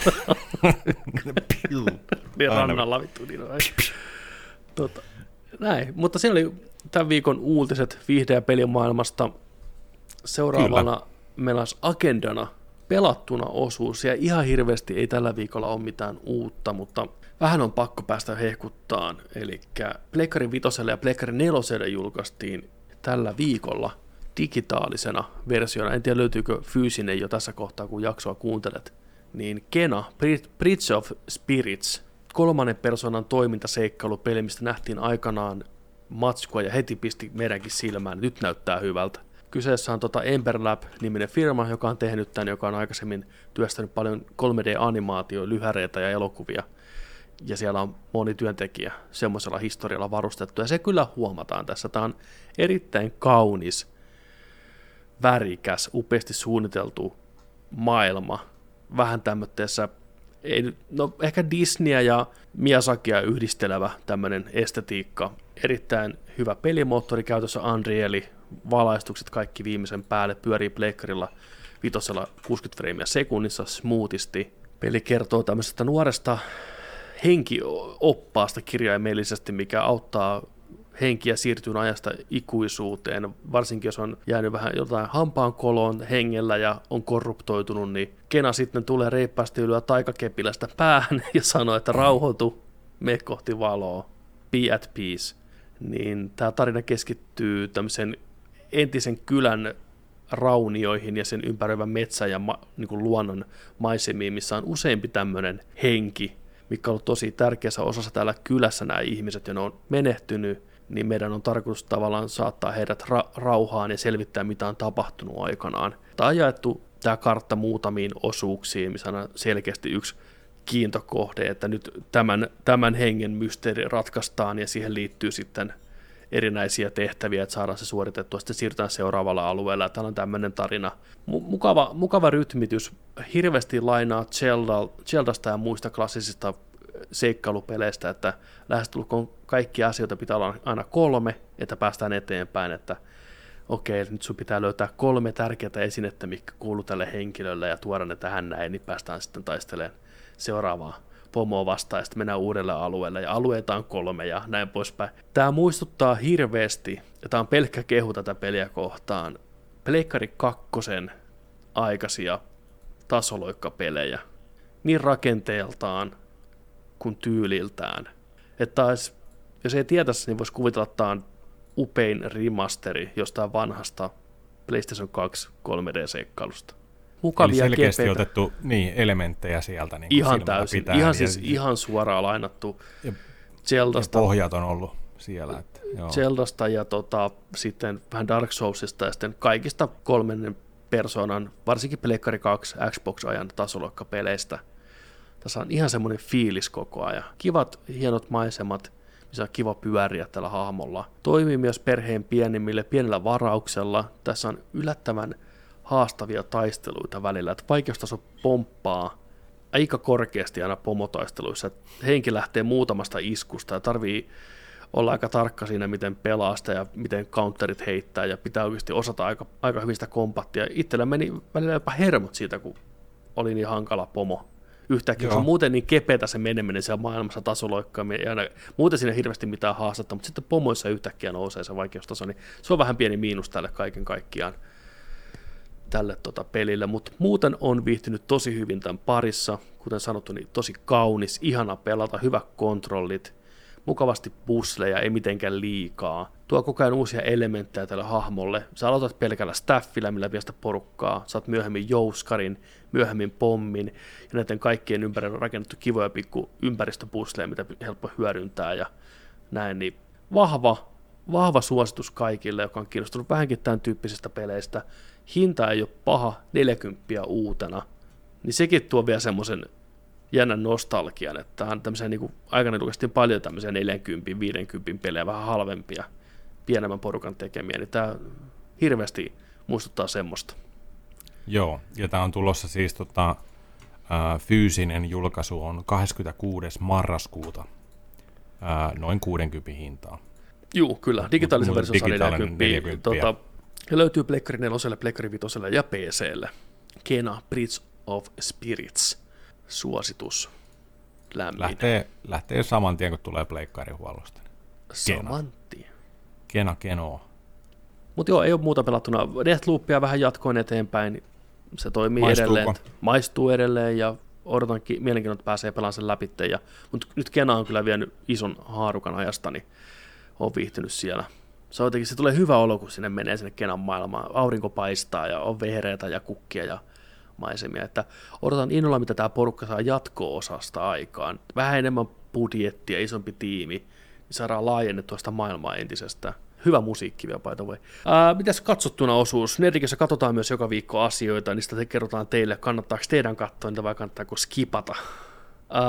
niin rannalla vittu. Niin on. Tota, näin. Mutta siinä oli tämän viikon uutiset viihde- ja pelimaailmasta. Seuraavana kyllä. Meillä olisi agendana pelattuna osuus, ja ihan hirveästi ei tällä viikolla ole mitään uutta, mutta vähän on pakko päästä hehkuttaan. Eli Pleikkarin vitoselle ja Pleikkarin neloselle julkaistiin tällä viikolla digitaalisena versiona, en tiedä löytyykö fyysinen jo tässä kohtaa, kun jaksoa kuuntelet, niin Kena, Bridge of Spirits, kolmannen persoonan toimintaseikkailupeli, mistä nähtiin aikanaan matskua ja heti pisti meidänkin silmään, nyt näyttää hyvältä. Kyseessä on tota Ember Lab-niminen firma, joka on tehnyt tämän, joka on aikaisemmin työstänyt paljon kolme D-animaatioita, lyhäreitä ja elokuvia, ja siellä on moni työntekijä semmoisella historialla varustettu, ja se kyllä huomataan tässä. Tämä on erittäin kaunis, värikäs, upeasti suunniteltu maailma, vähän tämmöisessä, ei, no ehkä Disneyä ja Miyazakia yhdistelevä tämmöinen estetiikka, erittäin hyvä pelimoottori käytössä, Unreal, valaistukset kaikki viimeisen päälle, pyörii pleikkarilla vitosella kuusikymmentä freimiä sekunnissa smoothisti. Peli kertoo tämmöisestä nuoresta henkioppaasta kirjaimellisesti, mikä auttaa henkiä siirtyy ajasta ikuisuuteen, varsinkin jos on jäänyt vähän jotain hampaankoloon hengellä ja on korruptoitunut, niin Kena sitten tulee reippaasti ylyä taikakepilästä päähän ja sanoo, että rauhoitu, mene kohti valoa, be at peace. Niin tämä tarina keskittyy tämmöisen entisen kylän raunioihin ja sen ympäröivän metsän ja ma- niin kuin luonnon maisemiin, missä on useampi tämmöinen henki, mikä on ollut tosi tärkeässä osassa täällä kylässä nämä ihmiset, ja ne on menehtynyt, niin meidän on tarkoitus tavallaan saattaa heidät ra- rauhaan ja selvittää, mitä on tapahtunut aikanaan. Tämä on jaettu tämä kartta muutamiin osuuksiin, missä on selkeästi yksi kiintokohde, että nyt tämän, tämän hengen mysteeri ratkaistaan, ja siihen liittyy sitten erinäisiä tehtäviä, että saadaan se suoritettua, sitten siirrytään seuraavalla alueella. Täällä on tämmöinen tarina. Mukava, mukava rytmitys, hirveästi lainaa Zeldasta ja muista klassisista seikkailupeleistä, että lähestulkoon kaikki asioita pitää olla aina kolme, että päästään eteenpäin, että okei, nyt sun pitää löytää kolme tärkeää esinettä, mitkä kuuluu tälle henkilölle ja tuoda ne tähän näin, niin päästään sitten taistelemaan seuraavaa pomoa vastaan, ja sitten mennään uudelle alueelle, ja alueita on kolme, ja näin poispäin. Tämä muistuttaa hirveästi, ja tämä on pelkkä kehu tätä peliä kohtaan, Pleikkari kakkosen aikaisia tasoloikkapelejä, niin rakenteeltaan kuin tyyliltään. Että taas, jos ei tietäisi, niin voisi kuvitella, että tämä on upein remasteri jostain vanhasta PlayStation kaksi kolme D-seikkailusta. Mukavia eli selkeästi kepeitä. Otettu niin, elementtejä sieltä. Niin ihan täysin, pitää, ihan, ja, siis, ihan suoraan lainattu ja, Zeldasta, ja pohjat on ollut siellä. Että, joo. Zeldasta ja tota, sitten vähän Dark Soulsista ja sitten kaikista kolmennen persoonan, varsinkin Pleikkari kaksi Xbox-ajan tasoloikkapeleistä. Tässä on ihan semmoinen fiilis koko ajan. Kivat, hienot maisemat, missä on kiva pyöriä tällä hahmolla. Toimii myös perheen pienimmille, pienellä varauksella. Tässä on yllättävän haastavia taisteluita välillä, että vaikeustaso pomppaa aika korkeasti aina pomotaisteluissa. Henki lähtee muutamasta iskusta ja tarvii olla aika tarkka siinä, miten pelaa sitä ja miten counterit heittää, ja pitää oikeasti osata aika, aika hyvin sitä kompattia. Itsellä meni välillä jopa hermot siitä, kun oli niin hankala pomo. Yhtäkkiä, kun muuten niin kepeätä se meneminen siellä maailmassa tasoloikkaaminen, ja aina, muuten siinä ei hirveästi mitään haastetta, mutta sitten pomoissa yhtäkkiä nousee se vaikeustaso, niin se on vähän pieni miinus tälle kaiken kaikkiaan. tälle tota pelille, mutta muuten on viihtynyt tosi hyvin tämän parissa, kuten sanottu, niin tosi kaunis, ihana pelata, hyvät kontrollit, mukavasti puzzleja, ei mitenkään liikaa. Tuo koko ajan uusia elementtejä tälle hahmolle. Sä aloitat pelkällä staffilla, millä viestä porukkaa. Saat myöhemmin jouskarin, myöhemmin pommin. Ja näiden kaikkien ympärillä on rakennettu kivoja pikku ympäristöpusleja, mitä helppo hyödyntää ja näin. Niin vahva, vahva suositus kaikille, joka on kiinnostunut vähänkin tämän tyyppisistä peleistä. Hinta ei ole paha, neljäkymppiä uutena. Niin sekin tuo vielä semmoisen jännän nostalgian, että on tämmöisiä niin kuin, aikana julkaistiin paljon tämmöisiä neljäkymmentä viisikymmentä pelejä, vähän halvempia, pienemmän porukan tekemiä, niin tämä hirveästi muistuttaa semmoista. Joo, ja tämä on tulossa siis tota, ää, fyysinen julkaisu on kahdeskymmeneskuudes marraskuuta, ää, noin kuusikymmentä hintaa. Juu, kyllä, digitaalisen version saa neljäkymmentä. neljäkymmentä. Tota, ja löytyy Pleikkari neloselle, Pleikkari vitoselle ja P C:lle. Kena Bridge of Spirits. Suositus. Lämmin. Lähtee, lähtee saman tien, kun tulee pleikkarihuollosta. Saman tien. Kena Kenoa. Mutta joo, ei ole muuta pelattuna. Deathloopia vähän jatkoin eteenpäin. Se toimii Maistuuko? edelleen. Maistuu edelleen ja odotankin mielenkiinnolla, että pääsee pelaamaan sen läpi. Mutta nyt Kena on kyllä vienyt ison haarukan ajasta, niin on viihtynyt siellä. Se, jotenkin, se tulee hyvä olo, kun sinne menee sinne Kenan maailmaan. Aurinko paistaa ja on vehreitä ja kukkia ja maisemia, että odotan innolla, mitä tämä porukka saa jatko-osasta aikaan. Vähän enemmän budjettia, isompi tiimi, niin saadaan laajennettua sitä maailmaa entisestä. Hyvä musiikki vielä, by the way. Ää, mitäs katsottuna osuus? Nerdikissä katsotaan myös joka viikko asioita, niistä te kerrotaan teille, kannattaako teidän katsoa niitä vai kannattaako skipata. Ää,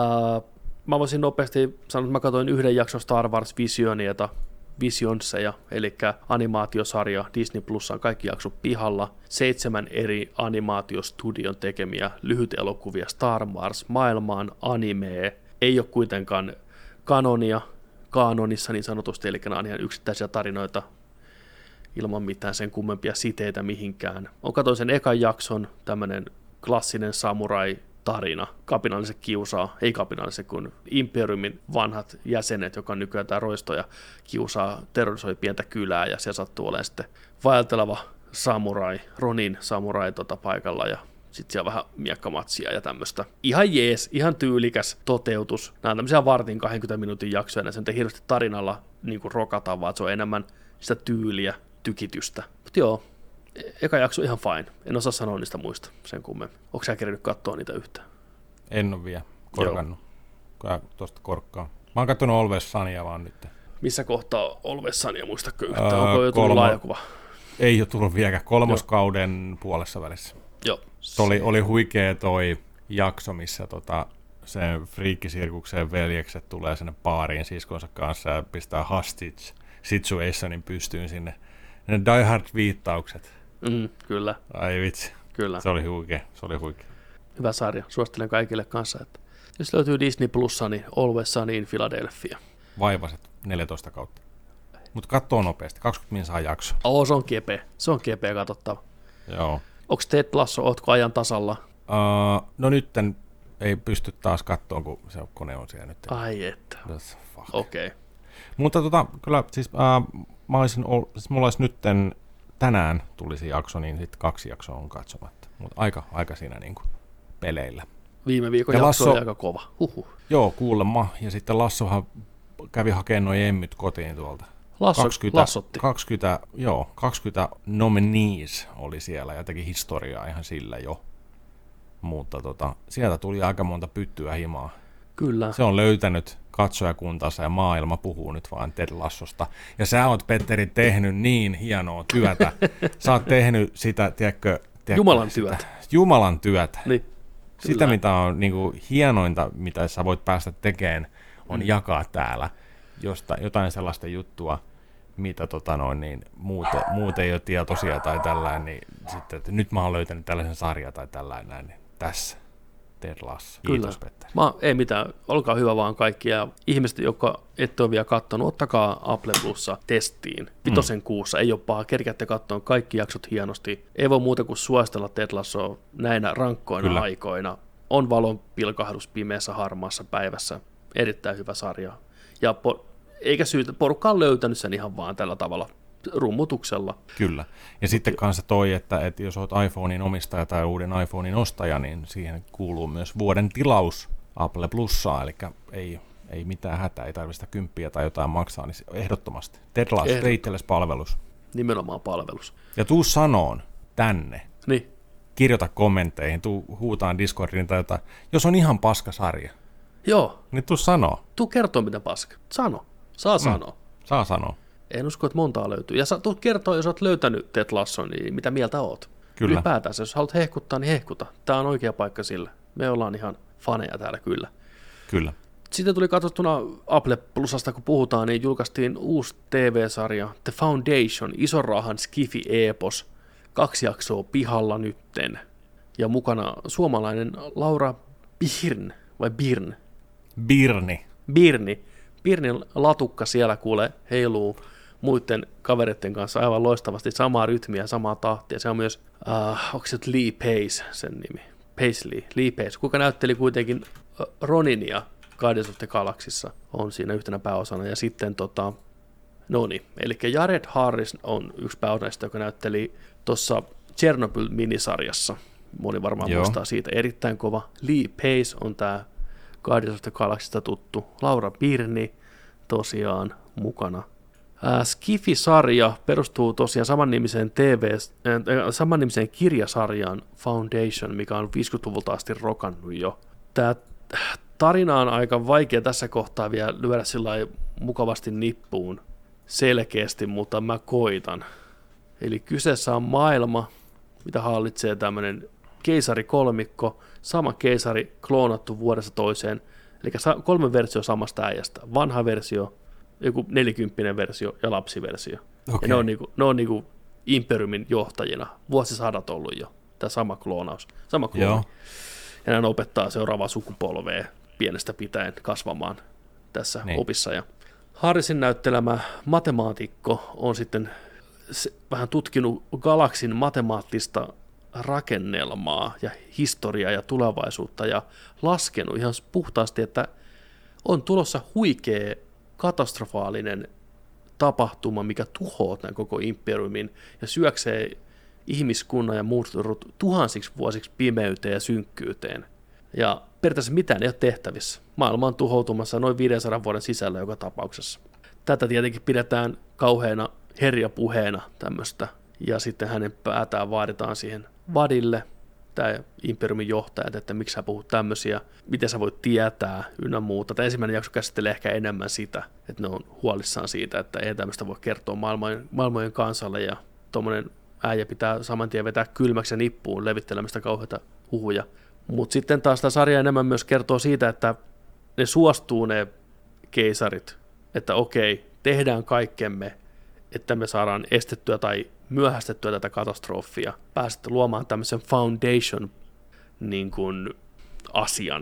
mä voisin nopeasti sanoa, että mä katsoin yhden jakson Star Wars Visionieta, Visionseja, eli animaatiosarja Disney Plussaan kaikki jaksot pihalla, seitsemän eri animaatiostudion tekemiä lyhytelokuvia Star Wars-maailmaan, animee, ei ole kuitenkaan kanonia, kanonissa niin sanotusti, eli nämä on ihan yksittäisiä tarinoita ilman mitään sen kummempia siteitä mihinkään. On katsoin sen ekan jakson, tämmöinen klassinen samurai tarina. Kapinalliset kiusaa, ei kapinalliset, kun Imperiumin vanhat jäsenet, joka on nykyään tämä roistoja, kiusaa, terrorisoi pientä kylää, ja siellä sattuu olemaan sitten vaelteleva samurai, Ronin samurai tota paikalla, ja sitten siellä vähän miekkamatsia ja tämmöistä. Ihan jees, ihan tyylikäs toteutus. Nämä on tämmöisiä vartin kaksikymmentä minuutin jaksoja, ja se on hirveästi tarinalla niin kuin rokataan, vaan se on enemmän sitä tyyliä, tykitystä. Mutta joo, eka jakso ihan fine. En osaa sanoa niistä muista sen kummemmin. Onko sä kerännyt katsoa niitä yhtään? En ole vielä korkannut. Tuosta korkkaa. Mä oon katsonut Always Sunya vaan nyt. Missä kohtaa Always Sunya, muistatko yhtään? Öö, Onko jo tullut kolmo... laajakuva? Ei ole tullut vieläkään. Kolmoskauden puolessa välissä. Joo. Oli, oli huikea toi jakso, missä tota, sen friikkisirkukseen veljekset tulee sinne baariin siskonsa kanssa ja pistää hostage situationin pystyyn sinne. Ne Die Hard-viittaukset. Mm, kyllä. Ai vitsi. Kyllä. Se oli huikea. Se oli huikea. Hyvä sarja. Suosittelen kaikille kanssa. Että jos löytyy Disney Plussa, niin Always Sunny in Philadelphia. Vaivaset neljätoista kautta. Mutta katsoo nopeasti. kaksikymmentä minsaa jakso. Oo, se on kepeä. Se on kepeä katsottava. Joo. Onko Ted Lasso, ootko ajan tasalla? Uh, no nytten ei pysty taas katsoa, kun se kone on siellä nyt. Ai että. Okei. Okay. Mutta tota, kyllä siis uh, mä olisin, siis mulla olisi nytten tänään tulisi jakso, niin sitten kaksi jaksoa on katsomatta. Mutta aika, aika siinä niin kuin peleillä. Viime viikon ja jakso Lasso, oli aika kova. Huhhuh. Joo, kuulemma. Ja sitten Lassohan kävi hakemaan nuo emmyt kotiin tuolta. Lasso, kaksikymmentä, Lassotti. kaksikymmentä, joo, kaksikymmentä nominees oli siellä ja teki historiaa ihan sillä jo. Mutta tota, sieltä tuli aika monta pyttyä himaa. Kyllä. Se on löytänyt katsojakuntansa ja maailma puhuu nyt vaan Ted Lassosta. Ja sä oot, Petteri, tehnyt niin hienoa työtä. Sä oot tehnyt sitä, tiedätkö... tiedätkö Jumalan sitä, työtä. Jumalan työtä. Niin. Sitä, mitä on niin kuin, hienointa, mitä sä voit päästä tekemään, on mm. jakaa täällä josta, jotain sellaista juttua, mitä tota noin, niin, muuten, muuten ei ole tietoisia tai tällainen, niin sitten, että nyt mä oon löytänyt tällaisen sarjan tai tällainen näin, niin tässä. Ted Lasso. Kiitos, Petteri. Mä, ei mitään, olkaa hyvä vaan kaikki. Ja ihmiset, jotka ette ole vielä katsonut, ottakaa Apple Plussa testiin. Vitosen mm. kuussa, ei ole paha. Kerkäätte katsoa kaikki jaksot hienosti. Ei voi muuta kuin suostella Ted Lassoa näinä rankkoina Kyllä. aikoina. On valon pilkahdus pimeässä harmaassa päivässä. Erittäin hyvä sarja. Ja po- eikä syytä, porukka on löytänyt sen ihan vaan tällä tavalla rummutuksella. Kyllä. Ja sitten kanssa toi, että, että jos olet iPhonein omistaja tai uuden iPhonein ostaja, niin siihen kuuluu myös vuoden tilaus Apple Plussaa, eli ei, ei mitään hätää, ei tarvitse kymppiä tai jotain maksaa, niin ehdottomasti. Teitelles palvelus. Nimenomaan palvelus. Ja tuu sanoon tänne. Niin. Kirjoita kommentteihin, tuu huutaan Discordiin tai jotain. Jos on ihan paska sarja, joo. niin tuu sanoo. Tuu kertoo, mitä paska. Sano. Saa sanoa. Mm. Saa sanoa. En usko, että montaa löytyy. Ja tuu kertoo, jos olet löytänyt Ted Lasson, niin mitä mieltä oot. Kyllä. Ylipäätään, jos haluat hehkuttaa, niin hehkuta. Tämä on oikea paikka sille. Me ollaan ihan faneja täällä kyllä. Kyllä. Sitten tuli katsottuna Apple Plusasta, kun puhutaan, niin julkaistiin uusi T V-sarja The Foundation, ison rahan skifi-epos, kaksi jaksoa pihalla nytten, ja mukana suomalainen Laura Birn, vai Birn? Birni. Birni. Birnin latukka siellä kuule heiluu muiden kavereiden kanssa aivan loistavasti, samaa rytmiä, samaa tahtia. Se on myös, uh, onko se Lee Pace sen nimi? Paisley, Lee Pace, kuka näytteli kuitenkin Roninia Guardians of the Galaxyssa, on siinä yhtenä pääosana, ja sitten tota, no niin, eli Jared Harris on yksi pääosasta, joka näytteli tuossa Chernobyl-minisarjassa, moni varmaan Joo. muistaa siitä, erittäin kova. Lee Pace on tämä Guardians of the Galaxysta tuttu, Laura Birni tosiaan mukana. Äh, Skifi-sarja perustuu tosiaan samannimiseen, T V, äh, samannimiseen kirjasarjaan Foundation, mikä on viisikymmentäluvulta asti rokannut jo. Tämä tarina on aika vaikea tässä kohtaa vielä lyödä sillä mukavasti nippuun selkeästi, mutta mä koitan. Eli kyseessä on maailma, mitä hallitsee tämmöinen keisarikolmikko, sama keisari kloonattu vuodesta toiseen, eli kolme versio samasta äijästä, vanha versio, joku nelikymppinen versio ja lapsiversio. Okay. Ja ne on, niinku, ne on niinku Imperiumin johtajina, vuosisadat ollut jo, tämä sama kloonaus, sama klooni. Joo. Ja ne opettaa seuraavaa sukupolvea pienestä pitäen kasvamaan tässä niin. opissa. Ja Harrisin näyttelemä matemaatikko on sitten vähän tutkinut galaksin matemaattista rakennelmaa ja historiaa ja tulevaisuutta ja laskenut ihan puhtaasti, että on tulossa huikea katastrofaalinen tapahtuma, mikä tuhoaa tämän koko imperiumin ja syöksee ihmiskunnan ja muut tuhansiksi vuosiksi pimeyteen ja synkkyyteen. Ja periaatteessa mitään ei ole tehtävissä. Maailma on tuhoutumassa noin viisisataa vuoden sisällä joka tapauksessa. Tätä tietenkin pidetään kauheana herjapuheena tämmöistä. Ja sitten hänen päätään vaaditaan siihen vadille, tämä imperiumin johtajat, että miksi sä puhut tämmöisiä, miten sä voit tietää ynnä muuta. Tämä ensimmäinen jakso käsittelee ehkä enemmän sitä, että ne on huolissaan siitä, että ei tämmöistä voi kertoa maailmojen, maailmojen kansalle ja tuommoinen äijä pitää saman tien vetää kylmäksi ja nippuun levittelemästä kauheita huhuja. Mutta sitten taas tämä sarja enemmän myös kertoo siitä, että ne suostuu ne keisarit, että okei, tehdään kaikkemme, että me saadaan estettyä tai myöhästettyä tätä katastrofia, pääsette luomaan tämmöisen foundation niin kuin asian.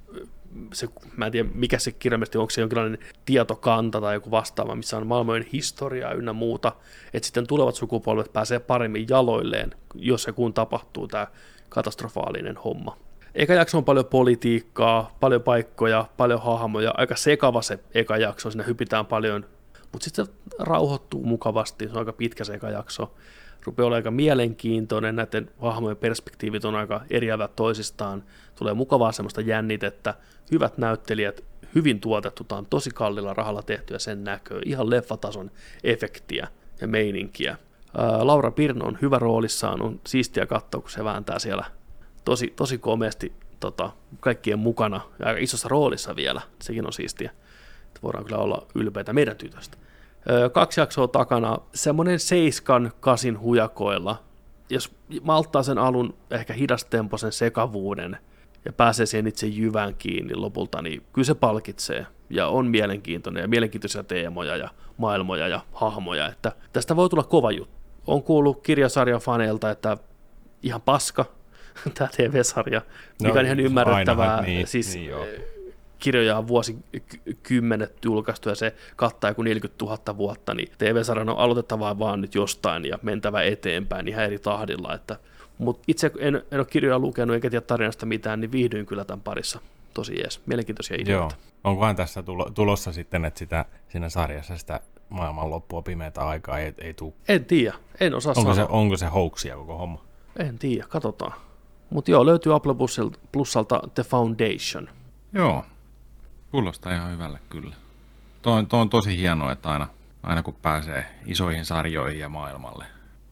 Se, mä en tiedä, mikä se kirjaimellisesti, onko se jonkinlainen tietokanta tai joku vastaava, missä on maailmojen historiaa ynnä muuta, että sitten tulevat sukupolvet pääsee paremmin jaloilleen, jos se kun tapahtuu tämä katastrofaalinen homma. Eka jakso on paljon politiikkaa, paljon paikkoja, paljon hahmoja, aika sekava se eka jakso, siinä hypitään paljon, mutta sitten se rauhoittuu mukavasti, se on aika pitkä se eka jakso, rupeaa olemaan aika mielenkiintoinen, näiden hahmojen perspektiivit on aika eriävät toisistaan, tulee mukavaa semmoista jännitettä, hyvät näyttelijät, hyvin tuotettu, tämä on tosi kallilla rahalla tehtyä sen näköä, ihan leffatason efektiä ja meininkiä. Ää, Laura Birn on hyvä roolissaan, on siistiä katsoa, kun se vääntää siellä tosi, tosi komeasti tota, kaikkien mukana ja aika isossa roolissa vielä, sekin on siistiä, että voidaan kyllä olla ylpeitä meidän tytöstä. Ää, kaksi jaksoa takana, semmoinen seiskan kasin hujakoilla, jos malttaa sen alun ehkä hidastempoisen sekavuuden ja pääsee siihen itse jyvään kiinni lopulta, niin kyllä se palkitsee ja on mielenkiintoinen ja mielenkiintoisia teemoja ja maailmoja ja hahmoja, että tästä voi tulla kova juttu. On kuullut kirjasarjan faneilta, että ihan paska tämä T V-sarja, mikä no, on ihan ymmärrettävää. Aina, niin, siis niin kirjoja on vuosikymmenet julkaistu ja se kattaa joku neljäkymmentätuhatta vuotta, niin T V-sarjan on aloitettavaa vaan nyt jostain ja mentävä eteenpäin ihan eri tahdilla. Että, mutta itse en, en ole kirjoja lukenut eikä tiedä tarinasta mitään, niin viihdyin kyllä tämän parissa. Tosi jees, mielenkiintoisia ideoita. Joo. Onkohan tässä tulo, tulossa sitten, että sitä, siinä sarjassa sitä maailmanloppua, pimeätä aikaa ei, ei tule. En tiedä, en osaa Onko se, sanoa. onko se hoaxia koko homma? En tiedä, katsotaan. Mutta joo, löytyy Apple Plusalta The Foundation. Joo, kuulostaa ihan hyvälle kyllä. Tuo on, tuo on tosi hienoa, että aina, aina kun pääsee isoihin sarjoihin ja maailmalle,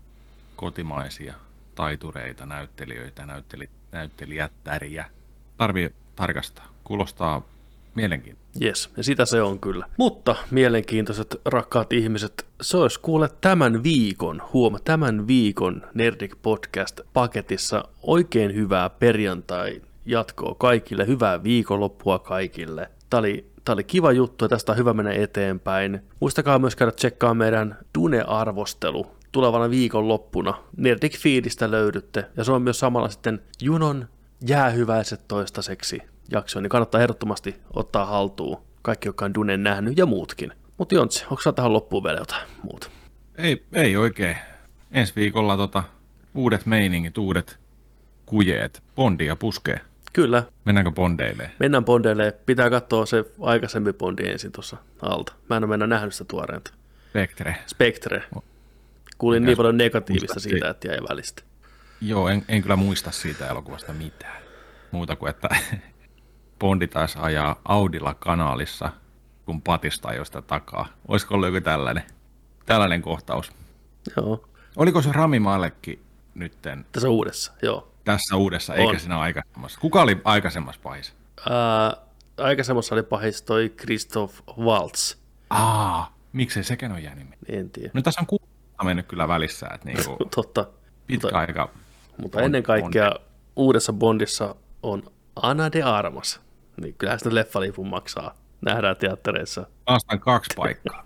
kotimaisia taitureita, näyttelijöitä, näytteli, näyttelijättäriä, tarvii tarkastaa. Kuulostaa mielenkiintoista. Jes, ja sitä se on kyllä. Mutta mielenkiintoiset, rakkaat ihmiset, se olisi kuule tämän viikon, huoma, tämän viikon Nerdik Podcast-paketissa oikein hyvää perjantai-jatkoa kaikille, hyvää viikonloppua kaikille. Tämä oli, tämä oli kiva juttu ja tästä on hyvä mennä eteenpäin. Muistakaa myös käydä tsekkaa meidän Dune-arvostelu tulevana viikonloppuna. Nerdik-fiidistä löydytte ja se on myös samalla sitten Junon jäähyväiset toistaiseksi jakso, niin kannattaa ehdottomasti ottaa haltuun kaikki, jotka on Dunen nähnyt ja muutkin. Mutta Jontsi, onko sä tähän loppuun vielä jotain muuta? Ei, ei oikein. Ensi viikolla tota, uudet meiningit, uudet kujeet. Bondia puskee. Kyllä. Mennäänkö bondeille? Mennään bondeille. Pitää katsoa se aikaisempi bondi ensin tuossa alta. Mä en ole mennä nähnyt sitä tuoreenta. Spectre. Spectre. Kuulin Mikäs niin paljon negatiivista muista siitä, si- että jäi välistä. Joo, en, en kyllä muista siitä elokuvasta mitään. Muuta kuin, että Bondi taisi ajaa Audilla kanaalissa, kun patistaa josta takaa. Olisiko ollut joku tällainen, tällainen kohtaus? Joo. Oliko se Rami Malekki nytten Tässä uudessa, joo. tässä uudessa, eikä On. siinä aikaisemmassa? Kuka oli aikaisemmassa pahis? Ää, aikaisemmassa oli pahis toi Christoph Waltz. Aa, miksei sekään ole jäänyt? En tiedä. No tässä on kuulla mennyt kyllä välissä, että niinku Totta. pitkä Mutta, aika. mutta ennen kaikkea uudessa Bondissa on Ana de Armas. Niin kyllähän sitä leffalipun maksaa. Nähdään teattereissa. Taastaan kaksi paikkaa.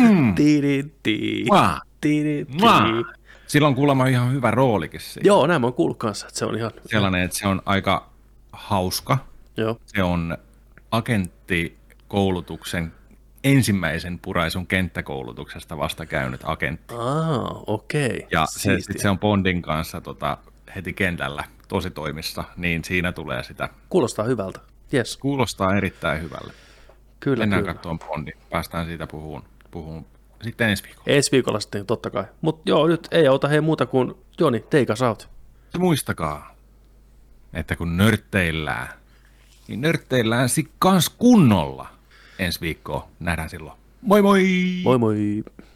Tiidi-tii. Mua. Tiidi-tii. Mua. Sillä on kuulemma ihan hyvä roolikin siinä. Joo, näin mä oon kuullut kanssa, että se on ihan... Sellainen, että se on aika hauska. Joo. Se on agenttikoulutuksen ensimmäisen puraisun kenttäkoulutuksesta vasta käynyt agentti. Aa, okei. Ja se, Siistiä. sit se on Bondin kanssa tota, heti kentällä tositoimissa, niin siinä tulee sitä. Kuulostaa hyvältä. Jes, Kuulostaa erittäin hyvälle. kyllä, Mennään kyllä. katsomaan Bondi. Päästään siitä puhumaan, puhumaan sitten ensi viikolla. Ensi viikolla sitten totta kai. Mutta joo, nyt ei auta hei muuta kuin Joni, take us out. Ja muistakaa, että kun nörtteillään, niin nörtteillään sit kans kunnolla. Ensi viikkoa nähdään silloin. Moi moi! Moi moi!